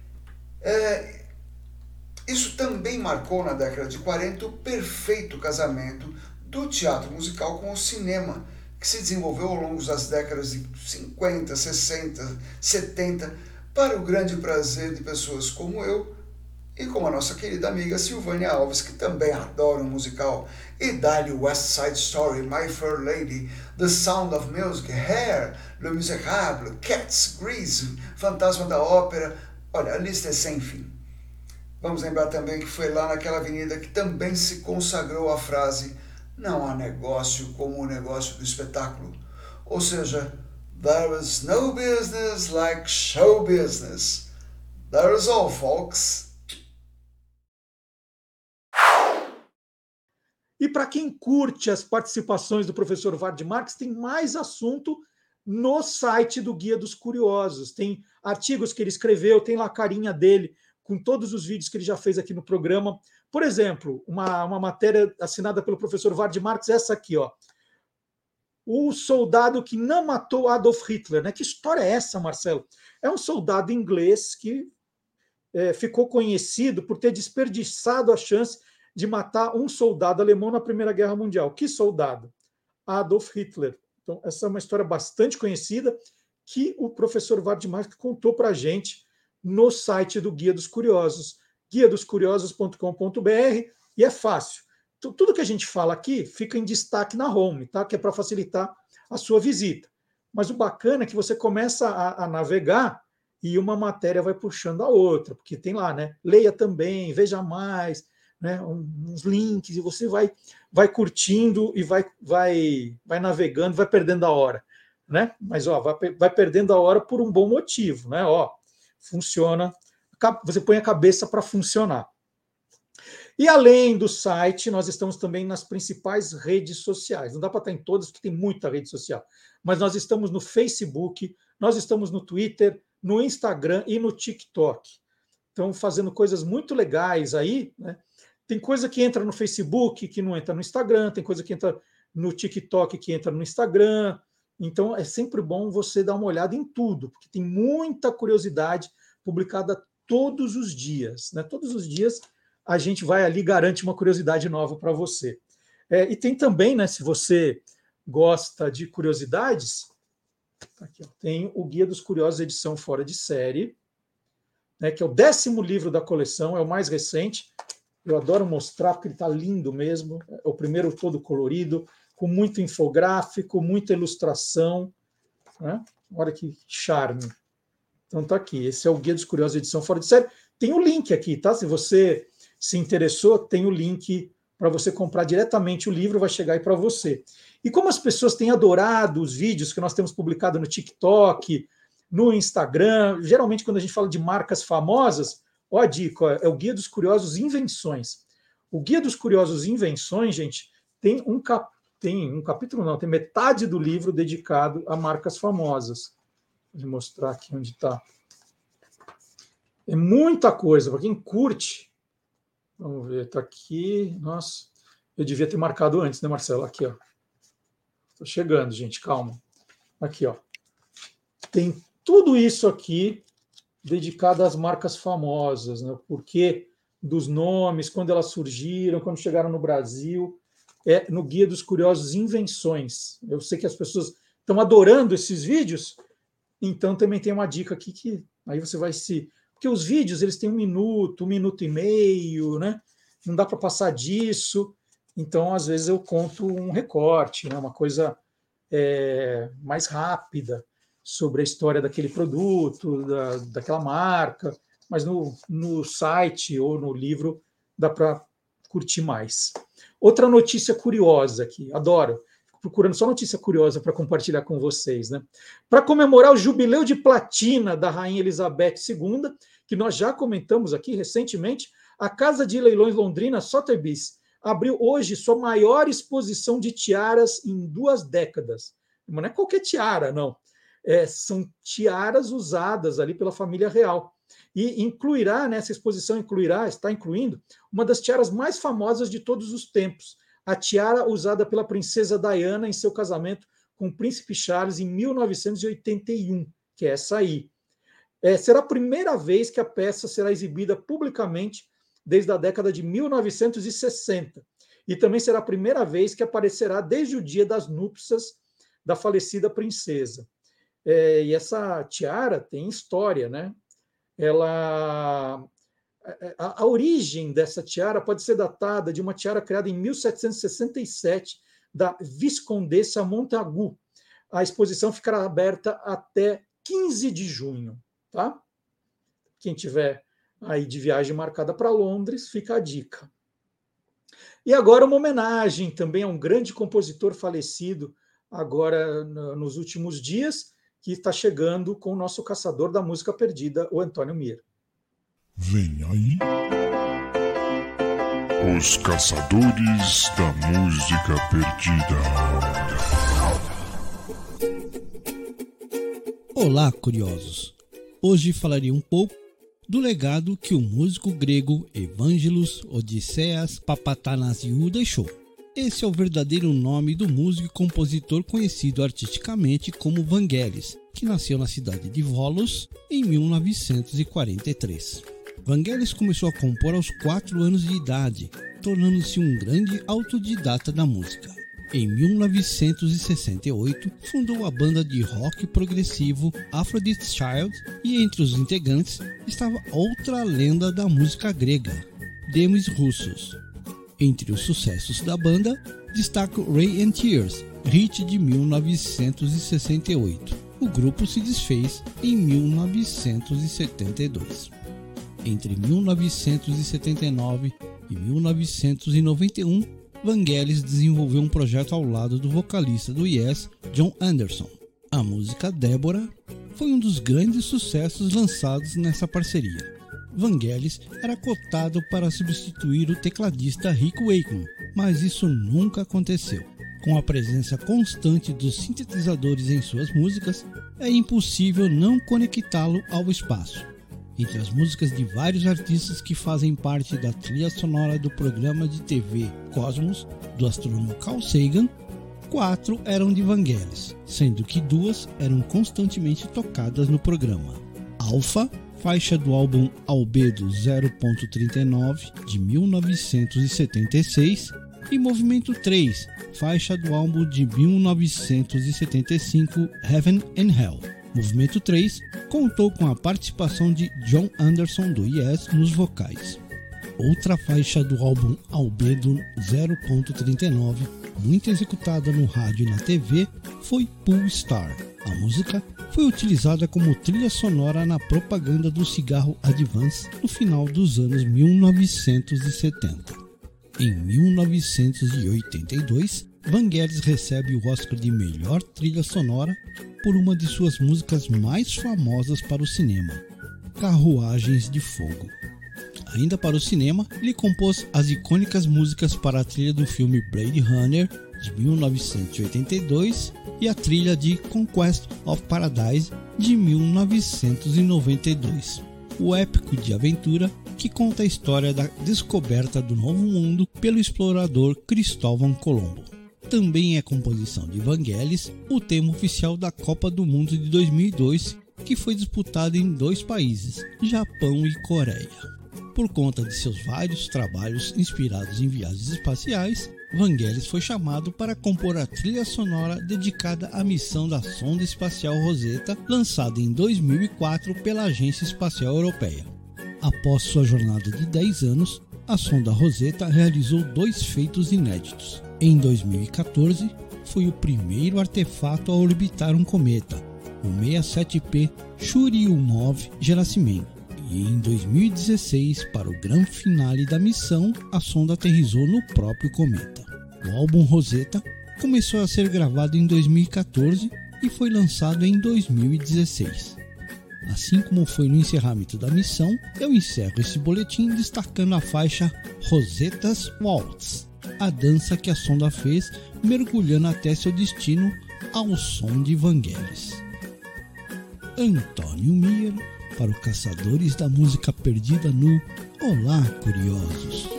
Isso também marcou na década de 40 o perfeito casamento do teatro musical com o cinema, que se desenvolveu ao longo das décadas de 50, 60, 70, para o grande prazer de pessoas como eu e como a nossa querida amiga Silvânia Alves, que também adora um musical. E dá-lhe West Side Story, My Fair Lady, The Sound of Music, Hair, Le Miserable, Cats, Grease, Fantasma da Ópera. Olha, a lista é sem fim. Vamos lembrar também que foi lá naquela avenida que também se consagrou a frase "não há negócio como o negócio do espetáculo". Ou seja, there is no business like show business. That is all, folks. E para quem curte as participações do professor Ward Marques, tem mais assunto no site do Guia dos Curiosos. Tem artigos que ele escreveu, tem lá a carinha dele, com todos os vídeos que ele já fez aqui no programa. Por exemplo, uma matéria assinada pelo professor Ward Marques, essa aqui, ó. O soldado que não matou Adolf Hitler, né? Que história é essa, Marcelo? É um soldado inglês que ficou conhecido por ter desperdiçado a chance de matar um soldado alemão na Primeira Guerra Mundial. Que soldado? Adolf Hitler. Então, essa é uma história bastante conhecida que o professor Ward Marques contou para a gente no site do Guia dos Curiosos, guiadoscuriosos.com.br, e é fácil. Tudo que a gente fala aqui fica em destaque na home, tá? Que é para facilitar a sua visita. Mas o bacana é que você começa a navegar e uma matéria vai puxando a outra, porque tem lá, né? Leia também, veja mais, né? Uns links, e você vai curtindo e vai navegando, vai perdendo a hora, né? Mas ó, vai perdendo a hora por um bom motivo, né? Ó, funciona, você põe a cabeça para funcionar. E além do site, nós estamos também nas principais redes sociais. Não dá para estar em todas, porque tem muita rede social. Mas nós estamos no Facebook, nós estamos no Twitter, no Instagram e no TikTok. Então, fazendo coisas muito legais aí, né? Tem coisa que entra no Facebook, que não entra no Instagram, tem coisa que entra no TikTok, que entra no Instagram. Então, é sempre bom você dar uma olhada em tudo, porque tem muita curiosidade publicada todos os dias, né? Todos os dias a gente vai ali e garante uma curiosidade nova para você. E tem também, né, se você gosta de curiosidades, aqui, ó, tem o Guia dos Curiosos, edição fora de série, né, que é o 10º livro da coleção, é o mais recente. Eu adoro mostrar, porque ele está lindo mesmo. É o primeiro todo colorido, com muito infográfico, muita ilustração, né? Olha que charme. Então tá aqui, esse é o Guia dos Curiosos, edição Fora de Série. Tem o link aqui, tá? Se você se interessou, tem o link para você comprar diretamente o livro, vai chegar aí para você. E como as pessoas têm adorado os vídeos que nós temos publicado no TikTok, no Instagram, geralmente quando a gente fala de marcas famosas, ó a dica, ó, é o Guia dos Curiosos Invenções. O Guia dos Curiosos Invenções, gente, tem um capítulo não, tem metade do livro dedicado a marcas famosas. Vou mostrar aqui onde está. É muita coisa, para quem curte. Vamos ver, está aqui. Nossa, eu devia ter marcado antes, né, Marcelo? Aqui, ó. Estou chegando, gente, calma. Aqui, ó. Tem tudo isso aqui dedicado às marcas famosas, né? O porquê dos nomes, quando elas surgiram, quando chegaram no Brasil. É no Guia dos Curiosos Invenções. Eu sei que as pessoas estão adorando esses vídeos, então também tem uma dica aqui que aí você vai se... Porque os vídeos, eles têm 1 minuto e meio, né? Não dá para passar disso. Então, às vezes, eu conto um recorte, né? Uma coisa mais rápida sobre a história daquele produto, daquela marca. Mas no site ou no livro dá para curtir mais. Outra notícia curiosa aqui, adoro. Procurando só notícia curiosa para compartilhar com vocês, né? Para comemorar o jubileu de platina da Rainha Elizabeth II, que nós já comentamos aqui recentemente, a Casa de Leilões Londrina, Sotheby's, abriu hoje sua maior exposição de tiaras em 2 décadas. Não é qualquer tiara, não. São tiaras usadas ali pela família real. E incluirá, nessa exposição, está incluindo uma das tiaras mais famosas de todos os tempos, a tiara usada pela princesa Diana em seu casamento com o príncipe Charles em 1981, que é essa aí. Será a primeira vez que a peça será exibida publicamente desde a década de 1960. E também será a primeira vez que aparecerá desde o dia das núpcias da falecida princesa. E essa tiara tem história, né? A origem dessa tiara pode ser datada de uma tiara criada em 1767 da Viscondessa Montagu. A exposição ficará aberta até 15 de junho. Tá? Quem tiver aí de viagem marcada para Londres, fica a dica. E agora uma homenagem também a um grande compositor falecido agora nos últimos dias, que está chegando com o nosso caçador da música perdida, o Antônio Mir. Vem aí os caçadores da música perdida. Olá, curiosos! Hoje falarei um pouco do legado que o músico grego Evangelos Odysseas Papatanasiou deixou. Esse é o verdadeiro nome do músico e compositor conhecido artisticamente como Vangelis, que nasceu na cidade de Volos em 1943. Vangelis começou a compor aos 4 anos de idade, tornando-se um grande autodidata da música. Em 1968, fundou a banda de rock progressivo Aphrodite's Child e entre os integrantes estava outra lenda da música grega, Demis Roussos. Entre os sucessos da banda, destaca Rain and Tears, hit de 1968. O grupo se desfez em 1972. Entre 1979 e 1991, Vangelis desenvolveu um projeto ao lado do vocalista do Yes, Jon Anderson. A música Débora foi um dos grandes sucessos lançados nessa parceria. Vangelis era cotado para substituir o tecladista Rick Wakeman, mas isso nunca aconteceu. Com a presença constante dos sintetizadores em suas músicas, é impossível não conectá-lo ao espaço. Entre as músicas de vários artistas que fazem parte da trilha sonora do programa de TV Cosmos, do astrônomo Carl Sagan, 4 eram de Vangelis, sendo que 2 eram constantemente tocadas no programa. Alpha, faixa do álbum Albedo 0.39, de 1976, e Movimento 3, faixa do álbum de 1975, Heaven and Hell. Movimento 3 contou com a participação de Jon Anderson do Yes nos vocais. Outra faixa do álbum Albedo 0.39 muito executada no rádio e na TV, foi Pool Star. A música foi utilizada como trilha sonora na propaganda do cigarro Advance no final dos anos 1970. Em 1982, Vangelis recebe o Oscar de melhor trilha sonora por uma de suas músicas mais famosas para o cinema, Carruagens de Fogo. Ainda para o cinema, ele compôs as icônicas músicas para a trilha do filme Blade Runner, de 1982, e a trilha de Conquest of Paradise, de 1992. O épico de aventura que conta a história da descoberta do Novo Mundo pelo explorador Cristóvão Colombo. Também é composição de Vangelis o tema oficial da Copa do Mundo de 2002, que foi disputada em 2 países, Japão e Coreia. Por conta de seus vários trabalhos inspirados em viagens espaciais, Vangelis foi chamado para compor a trilha sonora dedicada à missão da sonda espacial Rosetta, lançada em 2004 pela Agência Espacial Europeia. Após sua jornada de 10 anos, a sonda Rosetta realizou 2 feitos inéditos. Em 2014, foi o primeiro artefato a orbitar um cometa, o 67P Churyumov-Gerasimenko. E em 2016, para o grande finale da missão, a sonda aterrissou no próprio cometa. O álbum Rosetta começou a ser gravado em 2014 e foi lançado em 2016. Assim como foi no encerramento da missão, eu encerro esse boletim destacando a faixa Rosetta's Waltz, a dança que a sonda fez mergulhando até seu destino ao som de Vangelis. Antônio Mir, para os caçadores da música perdida no Olá, Curiosos.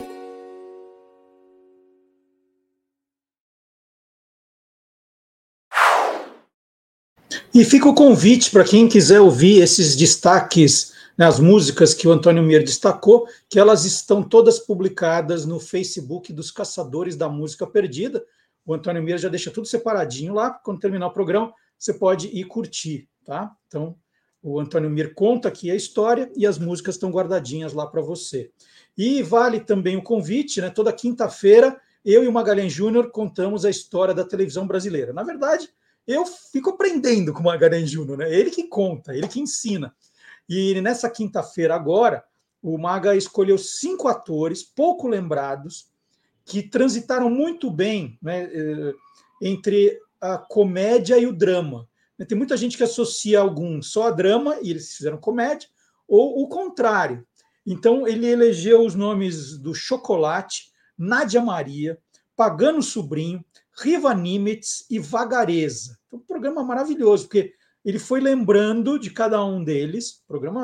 E fica o convite para quem quiser ouvir esses destaques, né, as músicas que o Antônio Mir destacou, que elas estão todas publicadas no Facebook dos Caçadores da Música Perdida. O Antônio Mir já deixa tudo separadinho lá, quando terminar o programa você pode ir curtir, tá? Então, o Antônio Mir conta aqui a história e as músicas estão guardadinhas lá para você. E vale também o convite, né? Toda quinta-feira, eu e o Magalhães Júnior contamos a história da televisão brasileira. Na verdade, eu fico aprendendo com o Magalhães Júnior, né? Ele que conta, ele que ensina. E nessa quinta-feira agora, o Maga escolheu 5 atores pouco lembrados que transitaram muito bem, né, entre a comédia e o drama. Tem muita gente que associa alguns só a drama e eles fizeram comédia, ou o contrário. Então, ele elegeu os nomes do Chocolate, Nádia Maria, Pagano Sobrinho, Riva Nimitz e Vagareza. Então, um programa maravilhoso, porque ele foi lembrando de cada um deles,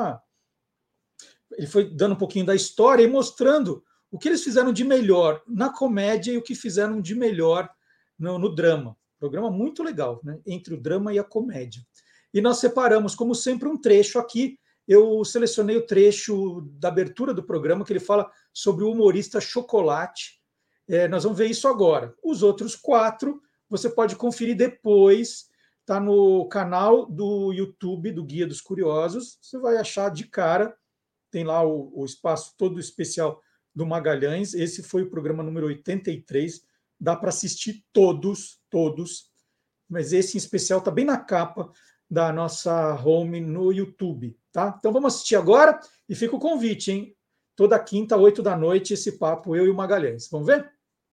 ele foi dando um pouquinho da história e mostrando o que eles fizeram de melhor na comédia e o que fizeram de melhor no drama. Programa muito legal, né? Entre o drama e a comédia. E nós separamos, como sempre, um trecho aqui. Eu selecionei o trecho da abertura do programa, que ele fala sobre o humorista Chocolate. Nós vamos ver isso agora. Os outros 4, você pode conferir depois, está no canal do YouTube do Guia dos Curiosos. Você vai achar de cara, tem lá o espaço todo especial do Magalhães. Esse foi o programa número 83. Dá para assistir todos, mas esse em especial está bem na capa da nossa home no YouTube, tá? Então vamos assistir agora e fica o convite, hein? Toda quinta, 8 da noite, esse papo, eu e o Magalhães. Vamos ver?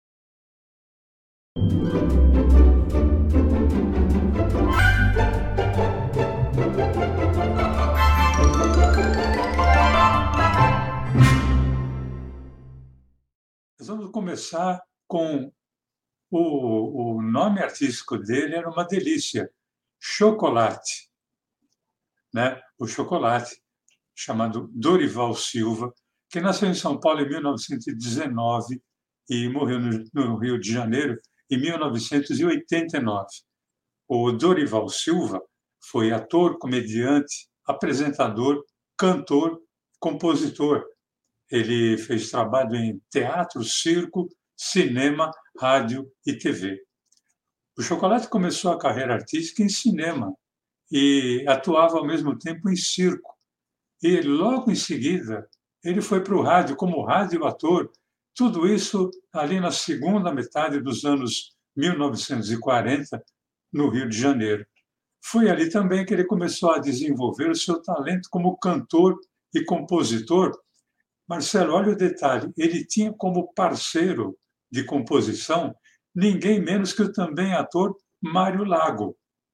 Nós vamos começar com o nome artístico dele, era uma delícia, Chocolate. Né? O Chocolate, chamado Dorival Silva, que nasceu em São Paulo em 1919 e morreu no Rio de Janeiro em 1989. O Dorival Silva foi ator, comediante, apresentador, cantor, compositor. Ele fez trabalho em teatro, circo, cinema, rádio e TV. O Chocolate começou a carreira artística em cinema e atuava ao mesmo tempo em circo. E logo em seguida, ele foi para o rádio como radioator, tudo isso ali na segunda metade dos anos 1940, no Rio de Janeiro. Foi ali também que ele começou a desenvolver o seu talento como cantor e compositor. Marcelo, olha o detalhe, ele tinha como parceiro de composição ninguém menos que o também ator Mário Lago.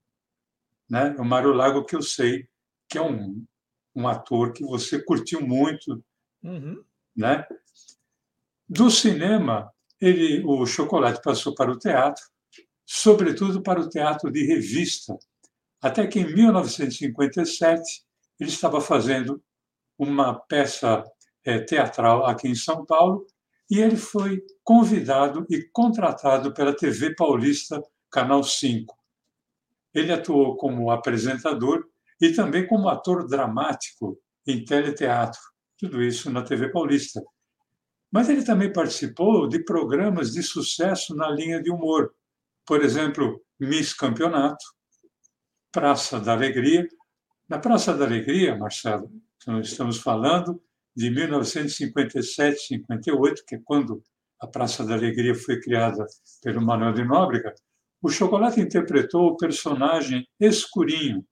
Né? O Mário Lago, que eu sei que é um ator que você curtiu muito. Uhum. Né? Do cinema, o Chocolate passou para o teatro, sobretudo para o teatro de revista, até que em 1957 ele estava fazendo uma peça teatral aqui em São Paulo e ele foi convidado e contratado pela TV Paulista, Canal 5. Ele atuou como apresentador e também como ator dramático em teleteatro, tudo isso na TV Paulista. Mas ele também participou de programas de sucesso na linha de humor, por exemplo, Miss Campeonato, Praça da Alegria. Na Praça da Alegria, Marcelo, nós estamos falando de 1957, 58, que é quando a Praça da Alegria foi criada pelo Manuel de Nóbrega. O Chocolate interpretou o personagem Escurinho.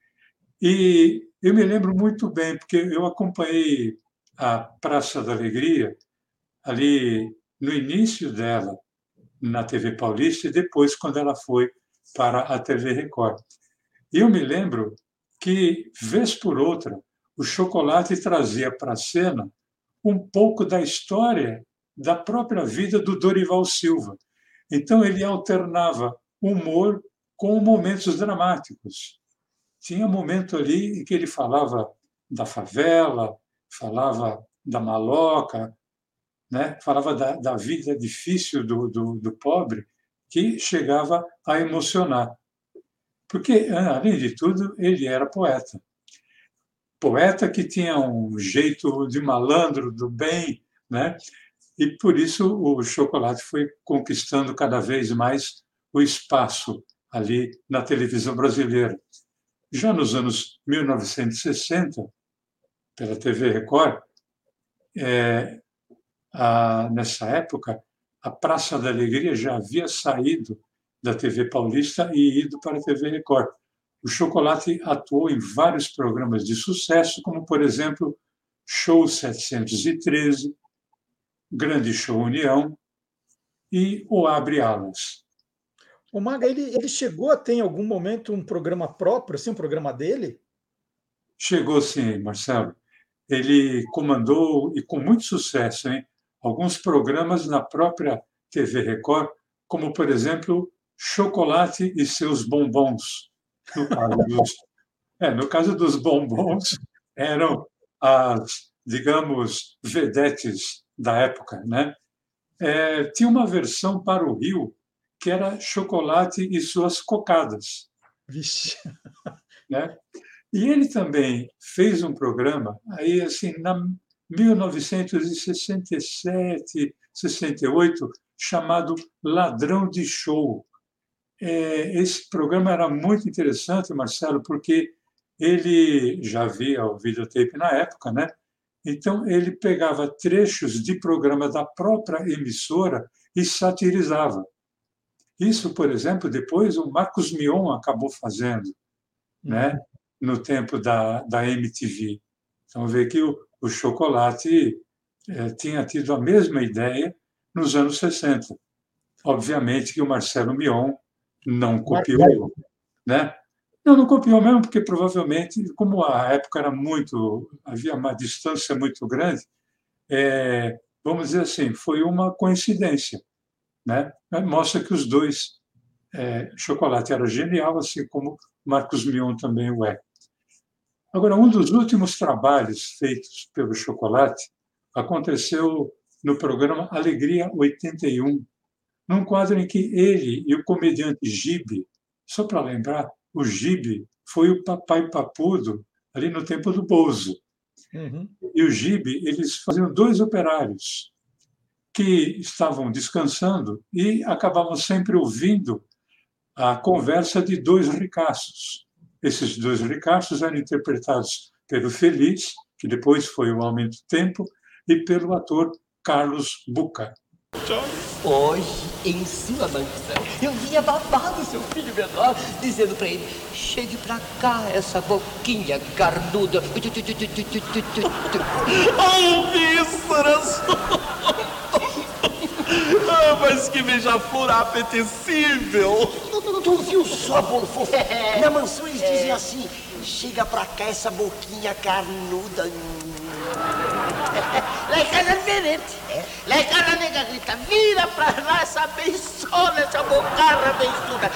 E eu me lembro muito bem, porque eu acompanhei a Praça da Alegria ali no início dela na TV Paulista e depois quando ela foi para a TV Record. E eu me lembro que, vez por outra, o Chocolate trazia para a cena um pouco da história da própria vida do Dorival Silva. Então, ele alternava humor com momentos dramáticos. Tinha momento ali em que ele falava da favela, falava da maloca, né? Falava da vida difícil do pobre, que chegava a emocionar. Porque, além de tudo, ele era poeta. Poeta que tinha um jeito de malandro, do bem, né? E por isso o Chocolate foi conquistando cada vez mais o espaço ali na televisão brasileira. Já nos anos 1960, pela TV Record, nessa época, a Praça da Alegria já havia saído da TV Paulista e ido para a TV Record. O Chocolate atuou em vários programas de sucesso, como, por exemplo, Show 713, Grande Show União e O Abre Alas. O Maga, ele chegou a ter em algum momento um programa próprio, assim, um programa dele? Chegou sim, Marcelo. Ele comandou, e com muito sucesso, alguns programas na própria TV Record, como, por exemplo, Chocolate e seus bombons. No caso dos bombons, eram as, digamos, vedetes da época, né? Tinha uma versão para o Rio que era Chocolate e suas cocadas. Vixe. Né? E ele também fez um programa, aí assim, na 1967, 68, chamado Ladrão de Show. Esse programa era muito interessante, Marcelo, porque ele já via o videotape na época, né? Então, ele pegava trechos de programa da própria emissora e satirizava. Isso, por exemplo, depois o Marcos Mion acabou fazendo, né? No tempo da MTV. Então, vê que o Chocolate tinha tido a mesma ideia nos anos 60. Obviamente que o Marcelo Mion não copiou, né? Não copiou mesmo, porque provavelmente, como a época era havia uma distância muito grande, vamos dizer assim, foi uma coincidência, né? Mostra que os dois, Chocolate era genial, assim como Marcos Mion também o é. Agora, um dos últimos trabalhos feitos pelo Chocolate aconteceu no programa Alegria 81, num quadro em que ele e o comediante Gibe, só para lembrar, o Gibe foi o papai papudo ali no tempo do Bozo. Uhum. E o Gibe, eles faziam dois operários que estavam descansando e acabavam sempre ouvindo a conversa de dois ricaços. Esses dois ricaços eram interpretados pelo Feliz, que depois foi o Aumento do Tempo, e pelo ator Carlos Buca. Hoje, em sua mansão, eu via babar do seu filho menor, dizendo pra ele: chegue pra cá essa boquinha carnuda. Oh, vísceras! Ah, mas que beija-flor apetecível! Tu viu só, bolo fofo? Na mansão eles dizem assim: chega pra cá essa boquinha carnuda. Lá em casa é diferente. Lá em casa a nega grita: vira pra lá essa bençona, essa bocarra bençuda.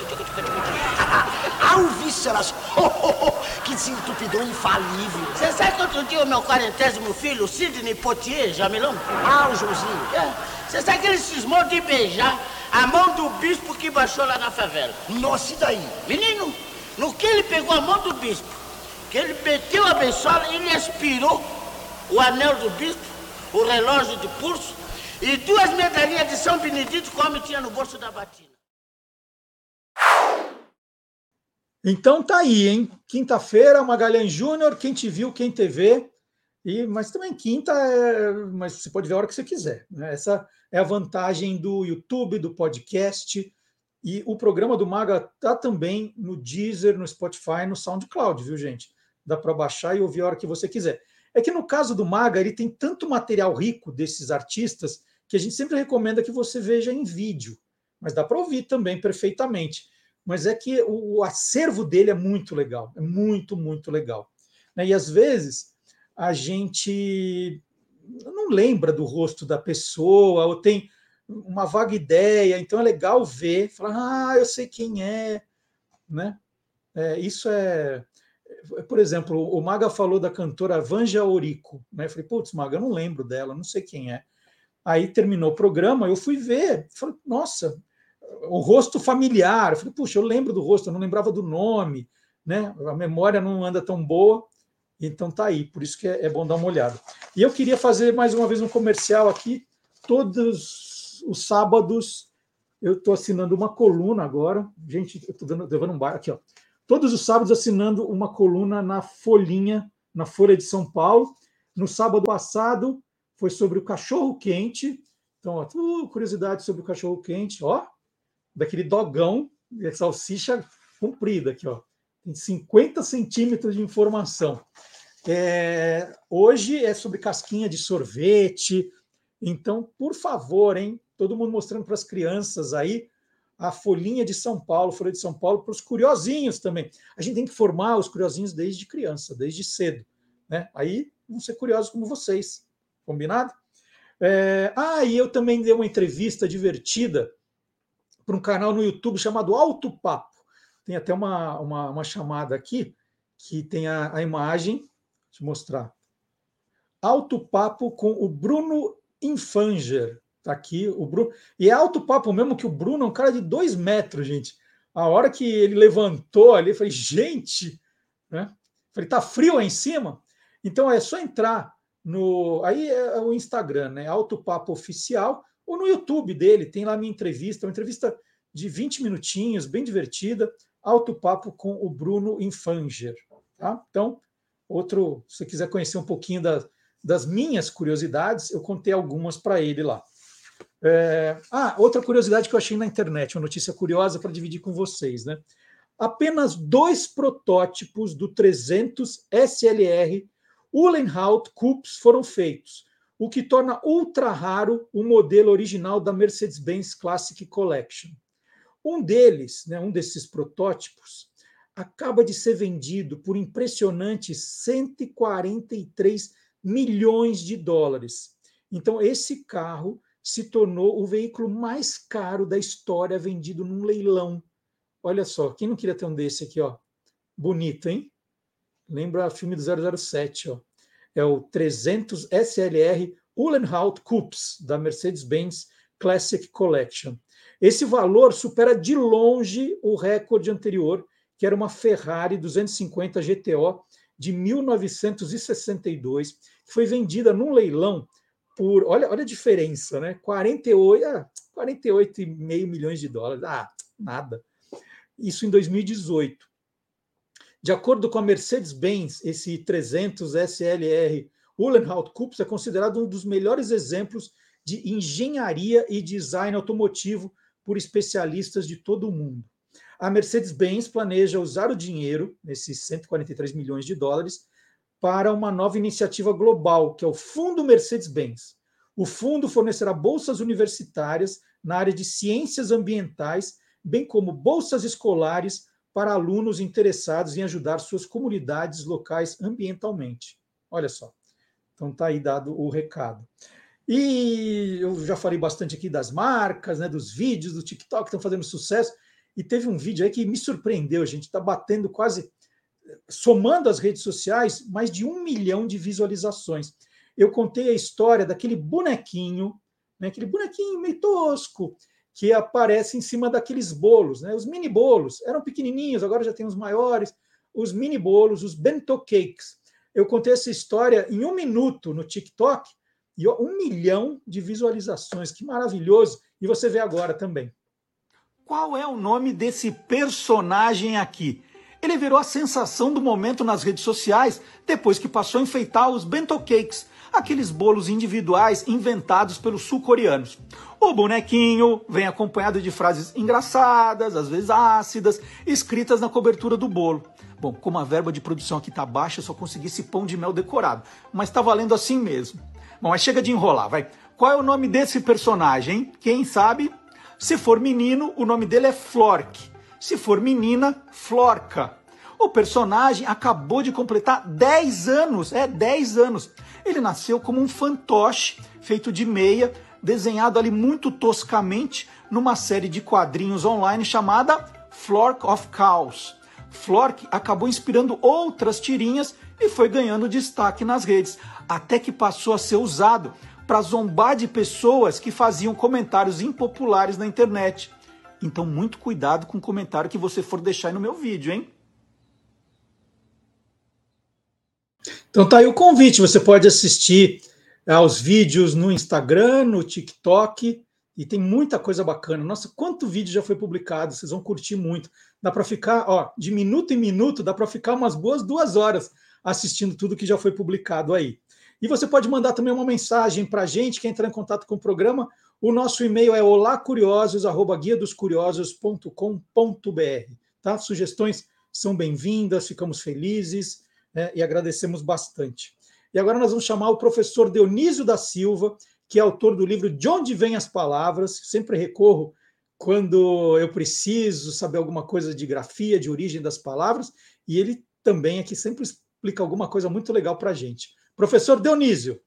Ah, o vísceras! Que desentupidor infalível. Você sabe que outro dia o meu 40º filho, o Sidney Poitier, Jamilão? Ah, o Joãozinho. Você sabe que ele cismou de beijar a mão do bispo que baixou lá na favela? Nossa, e daí? Menino, no que ele pegou a mão do bispo, que ele meteu a bençola, ele aspirou o anel do bispo, o relógio de pulso e 2 medalhinhas de São Benedito que o homem tinha no bolso da batina. Então tá aí, hein? Quinta-feira, Magalhães Júnior, quem te viu, quem te vê. Mas também quinta, mas você pode ver a hora que você quiser, né? Essa é a vantagem do YouTube, do podcast. E o programa do Maga tá também no Deezer, no Spotify, no SoundCloud, viu, gente? Dá para baixar e ouvir a hora que você quiser. É que no caso do Maga, ele tem tanto material rico desses artistas que a gente sempre recomenda que você veja em vídeo. Mas dá para ouvir também perfeitamente. Mas é que o acervo dele é muito legal. É muito, muito legal. E às vezes a gente não lembra do rosto da pessoa ou tem uma vaga ideia. Então é legal ver, falar, eu sei quem é. Né? Isso é... Por exemplo, o Maga falou da cantora Vanja Orico, né? Eu falei, putz, Maga, eu não lembro dela, não sei quem é. Aí terminou o programa, eu fui ver, falei, nossa, o rosto familiar. Eu falei, puxa, eu lembro do rosto, eu não lembrava do nome, né? A memória não anda tão boa, então tá aí, por isso que é bom dar uma olhada. E eu queria fazer mais uma vez um comercial aqui, todos os sábados eu estou assinando uma coluna agora, gente, eu estou levando um bar aqui, ó. Todos os sábados assinando uma coluna na Folhinha, na Folha de São Paulo. No sábado passado foi sobre o cachorro-quente. Então, ó, curiosidade sobre o cachorro-quente, ó, daquele dogão, salsicha comprida aqui, ó. Tem 50 centímetros de informação. Hoje é sobre casquinha de sorvete. Então, por favor, hein, todo mundo mostrando para as crianças aí a Folhinha de São Paulo, Folha de São Paulo, para os curiosinhos também. A gente tem que formar os curiosinhos desde criança, desde cedo, né? Aí vão ser curiosos como vocês. Combinado? E eu também dei uma entrevista divertida para um canal no YouTube chamado Alto Papo. Tem até uma chamada aqui, que tem a imagem. Deixa eu mostrar. Alto Papo com o Bruno Infanger. Está aqui o Bruno. E é alto papo mesmo, que o Bruno é um cara de 2 metros, gente. A hora que ele levantou ali, eu falei, gente, né? Falei, tá frio aí em cima? Então é só entrar no. Aí é o Instagram, né? Alto Papo Oficial, ou no YouTube dele, tem lá a minha entrevista, uma entrevista de 20 minutinhos, bem divertida. Alto Papo com o Bruno Infanger. Tá? Então, se você quiser conhecer um pouquinho das minhas curiosidades, eu contei algumas para ele lá. Outra curiosidade que eu achei na internet, uma notícia curiosa para dividir com vocês, né? Apenas 2 protótipos do 300 SLR Uhlenhaut Coupes foram feitos, o que torna ultra raro o modelo original da Mercedes-Benz Classic Collection. Um deles, né, um desses protótipos, acaba de ser vendido por impressionantes 143 milhões de dólares. Então, esse carro se tornou o veículo mais caro da história vendido num leilão. Olha só, quem não queria ter um desse aqui, ó? Bonito, hein? Lembra o filme do 007, ó. É o 300 SLR Uhlenhaut Coupes, da Mercedes-Benz Classic Collection. Esse valor supera de longe o recorde anterior, que era uma Ferrari 250 GTO de 1962, que foi vendida num leilão por, olha a diferença, né? 48,5 milhões de dólares. Nada. Isso em 2018. De acordo com a Mercedes-Benz, esse 300 SLR Uhlenhaut Coupes é considerado um dos melhores exemplos de engenharia e design automotivo por especialistas de todo o mundo. A Mercedes-Benz planeja usar o dinheiro, esses 143 milhões de dólares, para uma nova iniciativa global, que é o Fundo Mercedes-Benz. O fundo fornecerá bolsas universitárias na área de ciências ambientais, bem como bolsas escolares para alunos interessados em ajudar suas comunidades locais ambientalmente. Olha só. Então está aí dado o recado. E eu já falei bastante aqui das marcas, né, dos vídeos do TikTok que estão fazendo sucesso. E teve um vídeo aí que me surpreendeu, gente. Está batendo quase, somando as redes sociais, mais de 1 milhão de visualizações. Eu contei a história daquele bonequinho, né, aquele bonequinho meio tosco, que aparece em cima daqueles bolos, né? Os mini bolos eram pequenininhos, agora já tem os maiores, os mini bolos, os bento cakes. Eu contei essa história em 1 minuto no TikTok e 1 milhão de visualizações, que maravilhoso! E você vê agora também. Qual é o nome desse personagem aqui? Ele virou a sensação do momento nas redes sociais depois que passou a enfeitar os bento cakes, aqueles bolos individuais inventados pelos sul-coreanos. O bonequinho vem acompanhado de frases engraçadas, às vezes ácidas, escritas na cobertura do bolo. Bom, como a verba de produção aqui tá baixa, eu só consegui esse pão de mel decorado, mas tá valendo assim mesmo. Bom, mas chega de enrolar, vai. Qual é o nome desse personagem, hein? Quem sabe? Se for menino, o nome dele é Flork. Se for menina, Florca. O personagem acabou de completar 10 anos, 10 anos. Ele nasceu como um fantoche feito de meia, desenhado ali muito toscamente numa série de quadrinhos online chamada Flork of Cows. Flork acabou inspirando outras tirinhas e foi ganhando destaque nas redes, até que passou a ser usado para zombar de pessoas que faziam comentários impopulares na internet. Então, muito cuidado com o comentário que você for deixar aí no meu vídeo, hein? Então tá aí o convite, você pode assistir aos vídeos no Instagram, no TikTok, e tem muita coisa bacana. Nossa, quanto vídeo já foi publicado, vocês vão curtir muito. Dá para ficar, de minuto em minuto, dá para ficar umas boas 2 horas assistindo tudo que já foi publicado aí. E você pode mandar também uma mensagem para a gente, quer entrar em contato com o programa. O nosso e-mail é olacuriosos@guiadoscuriosos.com.br. Tá? Sugestões são bem-vindas, ficamos felizes, e agradecemos bastante. E agora nós vamos chamar o professor Dionísio da Silva, que é autor do livro De Onde Vêm as Palavras. Sempre recorro quando eu preciso saber alguma coisa de grafia, de origem das palavras, e ele também aqui sempre explica alguma coisa muito legal para a gente. Professor Dionísio.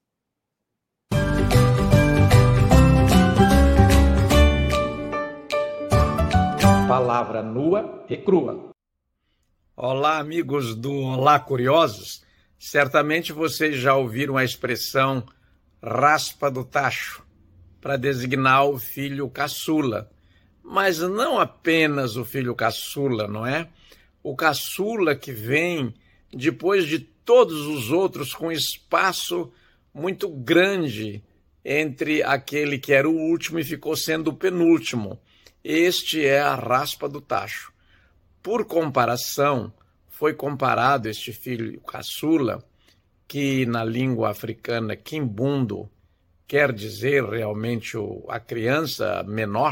Palavra nua e crua. Olá, amigos do Olá Curiosos. Certamente vocês já ouviram a expressão raspa do tacho para designar o filho caçula. Mas não apenas o filho caçula, não é? O caçula que vem depois de todos os outros, com espaço muito grande entre aquele que era o último e ficou sendo o penúltimo. Este é a raspa do tacho. Por comparação, foi comparado este filho caçula, que na língua africana quimbundo quer dizer realmente a criança menor,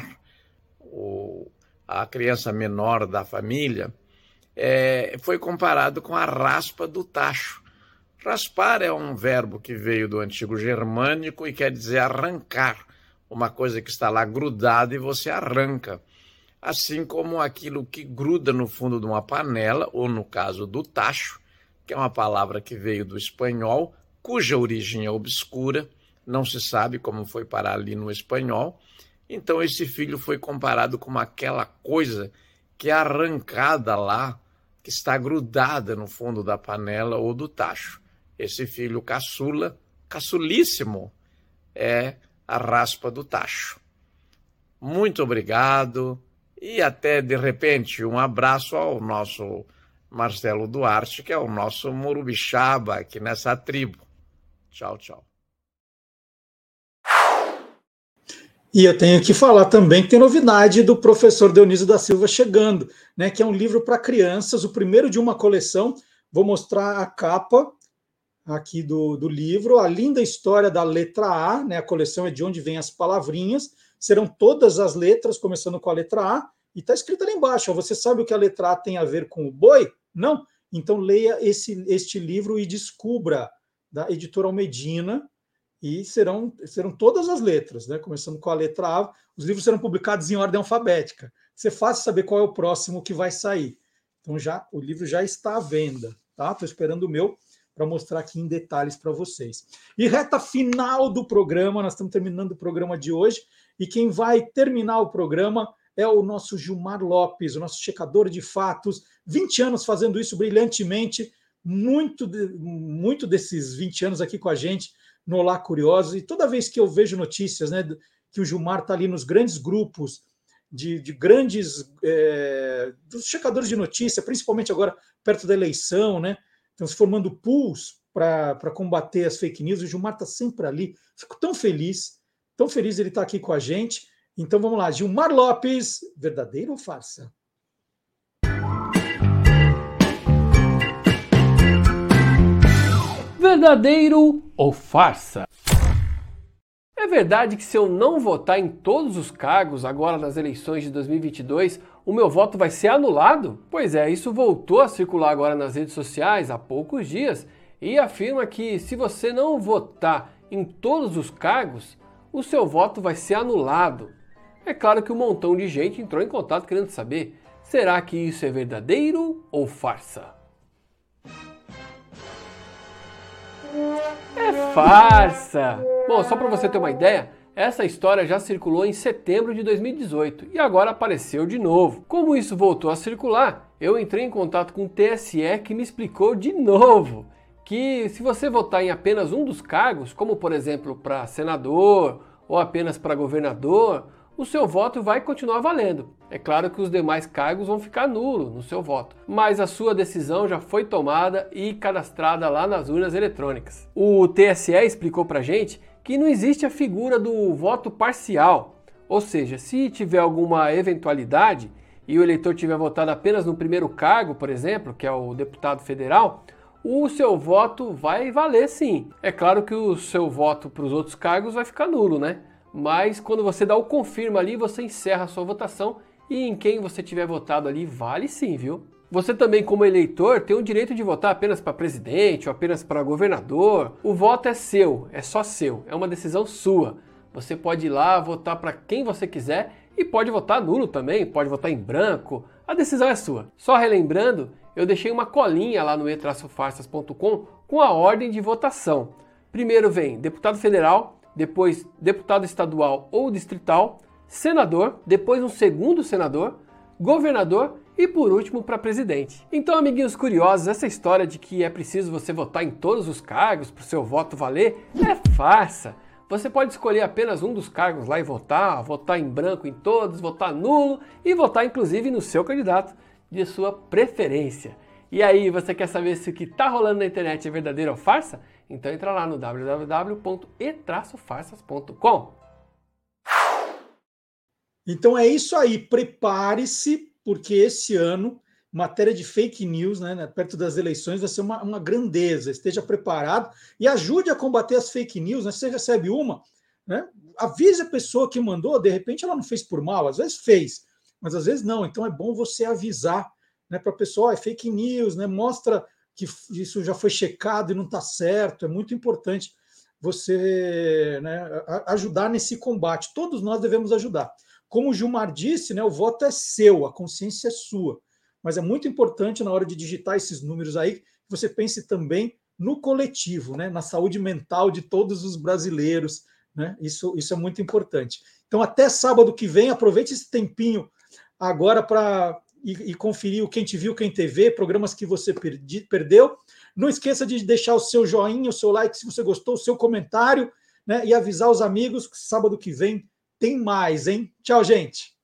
a criança menor da família, foi comparado com a raspa do tacho. Raspar é um verbo que veio do antigo germânico e quer dizer arrancar, uma coisa que está lá grudada e você arranca. Assim como aquilo que gruda no fundo de uma panela, ou no caso do tacho, que é uma palavra que veio do espanhol, cuja origem é obscura, não se sabe como foi parar ali no espanhol. Então esse filho foi comparado com aquela coisa que é arrancada lá, que está grudada no fundo da panela ou do tacho. Esse filho caçula, caçulíssimo, é a raspa do tacho. Muito obrigado e até de repente um abraço ao nosso Marcelo Duarte, que é o nosso Morubixaba aqui nessa tribo. Tchau, tchau. E eu tenho que falar também que tem novidade do professor Dionísio da Silva chegando, né, que é um livro para crianças, o primeiro de uma coleção. Vou mostrar a capa. aqui do livro, a linda história da letra A, né? A coleção é de onde vêm as palavrinhas, serão todas as letras, começando com a letra A, e está escrito ali embaixo, ó, você sabe o que a letra A tem a ver com o boi? Não? Então leia este livro e descubra, da editora Almedina, e serão todas as letras, né? Começando com a letra A, os livros serão publicados em ordem alfabética. Isso é fácil saber qual é o próximo que vai sair. Então o livro já está à venda, tá? Estou esperando o meu para mostrar aqui em detalhes para vocês. E reta final do programa, nós estamos terminando o programa de hoje, e quem vai terminar o programa é o nosso Gilmar Lopes, o nosso checador de fatos, 20 anos fazendo isso brilhantemente, muito desses 20 anos aqui com a gente no Olá Curiosos, e toda vez que eu vejo notícias, né, que o Gilmar está ali nos grandes grupos de grandes dos checadores de notícia, principalmente agora perto da eleição, né, transformando pools para combater as fake news. O Gilmar está sempre ali. Fico tão feliz de ele estar aqui com a gente. Então vamos lá, Gilmar Lopes, verdadeiro ou farsa? Verdadeiro ou farsa? É verdade que se eu não votar em todos os cargos agora nas eleições de 2022, o meu voto vai ser anulado? Pois é, isso voltou a circular agora nas redes sociais há poucos dias e afirma que se você não votar em todos os cargos, o seu voto vai ser anulado. É claro que um montão de gente entrou em contato querendo saber, será que isso é verdadeiro ou farsa? É farsa! Bom, só para você ter uma ideia, essa história já circulou em setembro de 2018 e agora apareceu de novo. Como isso voltou a circular, eu entrei em contato com o TSE que me explicou de novo que se você votar em apenas um dos cargos, como por exemplo para senador ou apenas para governador, o seu voto vai continuar valendo. É claro que os demais cargos vão ficar nulos no seu voto, mas a sua decisão já foi tomada e cadastrada lá nas urnas eletrônicas. O TSE explicou pra gente que não existe a figura do voto parcial, ou seja, se tiver alguma eventualidade e o eleitor tiver votado apenas no primeiro cargo, por exemplo, que é o deputado federal, o seu voto vai valer sim. É claro que o seu voto para os outros cargos vai ficar nulo, né? Mas quando você dá o confirma ali, você encerra a sua votação e em quem você tiver votado ali vale sim, viu? Você também, como eleitor, tem o direito de votar apenas para presidente ou apenas para governador. O voto é seu, é só seu, é uma decisão sua. Você pode ir lá votar para quem você quiser e pode votar nulo também, pode votar em branco. A decisão é sua. Só relembrando, eu deixei uma colinha lá no e-farsas.com com a ordem de votação. Primeiro vem deputado federal, depois deputado estadual ou distrital, senador, depois um segundo senador, governador e por último para presidente. Então, amiguinhos curiosos, essa história de que é preciso você votar em todos os cargos para o seu voto valer é farsa. Você pode escolher apenas um dos cargos lá e votar em branco em todos, votar nulo e votar inclusive no seu candidato de sua preferência. E aí, você quer saber se o que está rolando na internet é verdadeiro ou farsa? Então entra lá no www.e-farsas.com. Então é isso aí, prepare-se, porque esse ano, matéria de fake news, né, perto das eleições, vai ser uma grandeza. Esteja preparado e ajude a combater as fake news. Né? Se você recebe uma, né, avise a pessoa que mandou, de repente ela não fez por mal, às vezes fez, mas às vezes não. Então é bom você avisar, né, para a pessoa, é fake news, né, mostra que isso já foi checado e não está certo. É muito importante você, né, ajudar nesse combate. Todos nós devemos ajudar. Como o Gilmar disse, né, o voto é seu, a consciência é sua. Mas é muito importante, na hora de digitar esses números aí, que você pense também no coletivo, né, na saúde mental de todos os brasileiros. Né? Isso é muito importante. Então, até sábado que vem, aproveite esse tempinho agora para e conferir o Quem Te Viu, Quem TV, programas que você perdeu. Não esqueça de deixar o seu joinha, o seu like se você gostou, o seu comentário, né, e avisar os amigos que sábado que vem tem mais, hein? Tchau, gente!